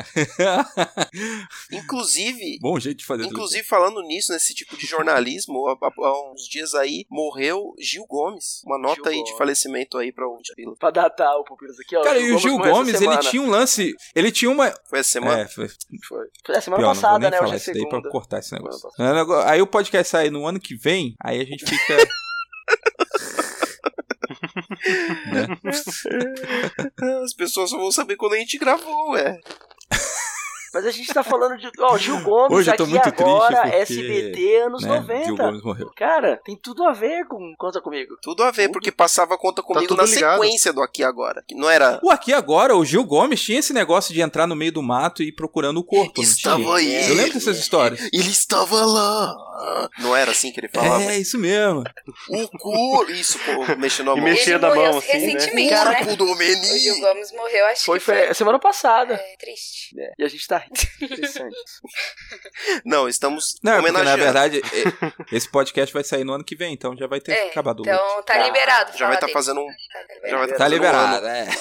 [SPEAKER 3] Inclusive,
[SPEAKER 1] Bom jeito de fazer
[SPEAKER 3] Inclusive, falando nisso, nesse tipo de jornalismo, há uns dias aí morreu Gil Gomes. Uma nota
[SPEAKER 4] Gil
[SPEAKER 3] aí
[SPEAKER 4] Gomes.
[SPEAKER 3] de falecimento aí pra onde?
[SPEAKER 4] Pra datar o Pupilos aqui, ó.
[SPEAKER 1] Tudo. Cara, e o Gil
[SPEAKER 4] morreu essa
[SPEAKER 1] Gomes, ele
[SPEAKER 4] semana.
[SPEAKER 1] tinha um lance... Ele tinha uma...
[SPEAKER 3] Foi essa semana?
[SPEAKER 1] Foi
[SPEAKER 4] Foi a semana
[SPEAKER 1] pior,
[SPEAKER 4] passada,
[SPEAKER 1] não vou nem
[SPEAKER 4] né?
[SPEAKER 1] falar
[SPEAKER 4] Hoje é
[SPEAKER 1] isso daí pra
[SPEAKER 4] segunda.
[SPEAKER 1] cortar esse negócio.
[SPEAKER 4] Semana
[SPEAKER 1] Aí o podcast sair no ano que vem, aí a gente fica... né?
[SPEAKER 3] As pessoas só vão saber quando a gente gravou, ué.
[SPEAKER 4] Mas a gente tá falando de... Ó, Gil Gomes
[SPEAKER 1] Hoje eu tô
[SPEAKER 4] aqui
[SPEAKER 1] muito
[SPEAKER 4] agora,
[SPEAKER 1] triste porque,
[SPEAKER 4] SBT, anos
[SPEAKER 1] né,
[SPEAKER 4] 90.
[SPEAKER 1] Gil Gomes morreu.
[SPEAKER 4] Cara, tem tudo a ver com Conta Comigo.
[SPEAKER 3] Tudo a ver, porque passava conta comigo
[SPEAKER 5] tudo
[SPEAKER 3] na
[SPEAKER 5] ligado.
[SPEAKER 3] sequência do Aqui Agora. Que não era...
[SPEAKER 1] O Aqui Agora, o Gil Gomes tinha esse negócio de entrar no meio do mato e ir procurando o corpo, não
[SPEAKER 3] Estava
[SPEAKER 1] tinha?
[SPEAKER 3] aí.
[SPEAKER 1] Eu lembro dessas histórias.
[SPEAKER 3] Ele estava lá. Não era assim que ele falava?
[SPEAKER 1] É, isso mesmo.
[SPEAKER 3] O cu... Isso, pô, mexendo a
[SPEAKER 5] E
[SPEAKER 3] mão.
[SPEAKER 5] mexia
[SPEAKER 6] Ele
[SPEAKER 5] da
[SPEAKER 6] morreu
[SPEAKER 5] mão, assim, né?
[SPEAKER 6] recentemente,
[SPEAKER 3] Cara,
[SPEAKER 6] né?
[SPEAKER 3] cu do
[SPEAKER 6] O Gil
[SPEAKER 3] Meni.
[SPEAKER 6] Gomes morreu, acho
[SPEAKER 4] Foi
[SPEAKER 6] que foi...
[SPEAKER 4] semana passada.
[SPEAKER 6] Triste.
[SPEAKER 4] É, e a gente tá interessante.
[SPEAKER 3] Não, estamos
[SPEAKER 1] Não, porque na
[SPEAKER 3] homenageando.
[SPEAKER 1] verdade, esse podcast vai sair no ano que vem, então já vai ter acabado o luto.
[SPEAKER 6] Então tá liberado.
[SPEAKER 3] Já vai estar
[SPEAKER 6] dele.
[SPEAKER 3] fazendo um... Já vai
[SPEAKER 1] Tá
[SPEAKER 3] fazendo
[SPEAKER 1] liberado,
[SPEAKER 3] um ano.
[SPEAKER 1] é.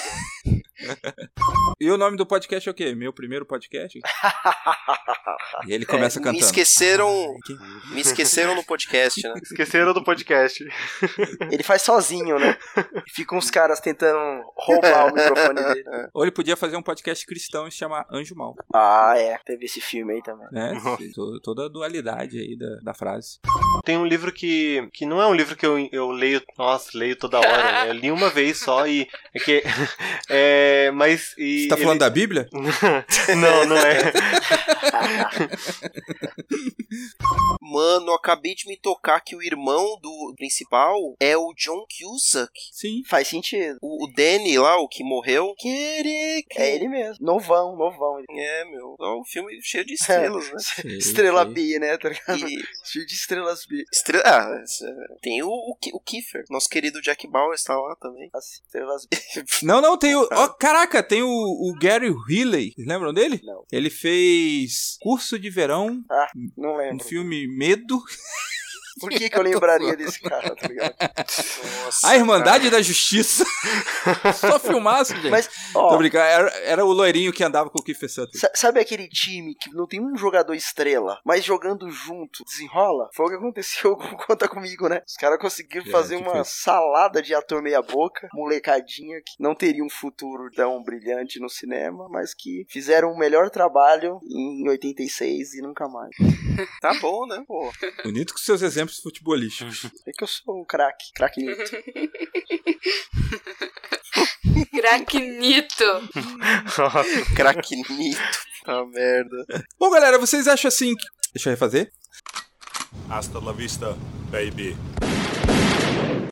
[SPEAKER 1] E o nome do podcast é o quê? Meu primeiro podcast? E ele começa cantando.
[SPEAKER 3] Me esqueceram no podcast, né?
[SPEAKER 5] Esqueceram do podcast.
[SPEAKER 4] Ele faz sozinho, né? E ficam uns caras tentando roubar o microfone dele.
[SPEAKER 1] Ou ele podia fazer um podcast cristão e se chamar Anjo Mal.
[SPEAKER 4] Ah, é. Teve esse filme aí também.
[SPEAKER 1] Né? Toda a dualidade aí da frase.
[SPEAKER 5] Tem um livro que não é um livro que eu leio, nossa, leio toda hora, né? Eu li uma vez só e... É que, mas... E
[SPEAKER 1] Você tá falando da Bíblia?
[SPEAKER 5] Não é.
[SPEAKER 3] Mano, eu acabei de me tocar que o irmão do principal é o John Cusack.
[SPEAKER 1] Sim.
[SPEAKER 4] Faz sentido.
[SPEAKER 3] O Danny lá, o que morreu.
[SPEAKER 4] É ele mesmo. Novão.
[SPEAKER 3] É, meu. É um filme cheio de estrelas, né?
[SPEAKER 4] Estrela B, né? Tá ligado?
[SPEAKER 3] E...
[SPEAKER 4] Cheio de estrelas B.
[SPEAKER 3] Tem o Kiefer. Nosso querido Jack Bauer está lá também.
[SPEAKER 4] As estrelas B.
[SPEAKER 1] Não, tem o... Ó, caraca, tem o Gary Healy. Vocês lembram dele?
[SPEAKER 4] Não.
[SPEAKER 1] Ele fez Curso de Verão,
[SPEAKER 4] Ah, não
[SPEAKER 1] um
[SPEAKER 4] lembro.
[SPEAKER 1] filme Medo.
[SPEAKER 4] Por que eu lembraria desse cara, tá ligado?
[SPEAKER 3] Nossa,
[SPEAKER 1] A Irmandade da Justiça. Só filmaço, gente.
[SPEAKER 4] Mas, ó,
[SPEAKER 1] Tô brincando, era o loirinho que andava com o Kiefer Sutherland.
[SPEAKER 4] sabe aquele time que não tem um jogador estrela, mas jogando junto desenrola? Foi o que aconteceu com Conta Comigo, né? Os caras conseguiram fazer uma salada de ator meia boca, molecadinha, que não teria um futuro tão brilhante no cinema, mas que fizeram o melhor trabalho em 86 e nunca mais.
[SPEAKER 3] tá bom, né, pô?
[SPEAKER 1] Bonito com seus exemplos futebolísticos.
[SPEAKER 4] É que eu sou um craque Nito.
[SPEAKER 6] Craque Nito.
[SPEAKER 3] Craque Nito. Tá merda.
[SPEAKER 1] Bom, galera, vocês acham assim que... Deixa eu refazer.
[SPEAKER 10] Hasta la vista, baby.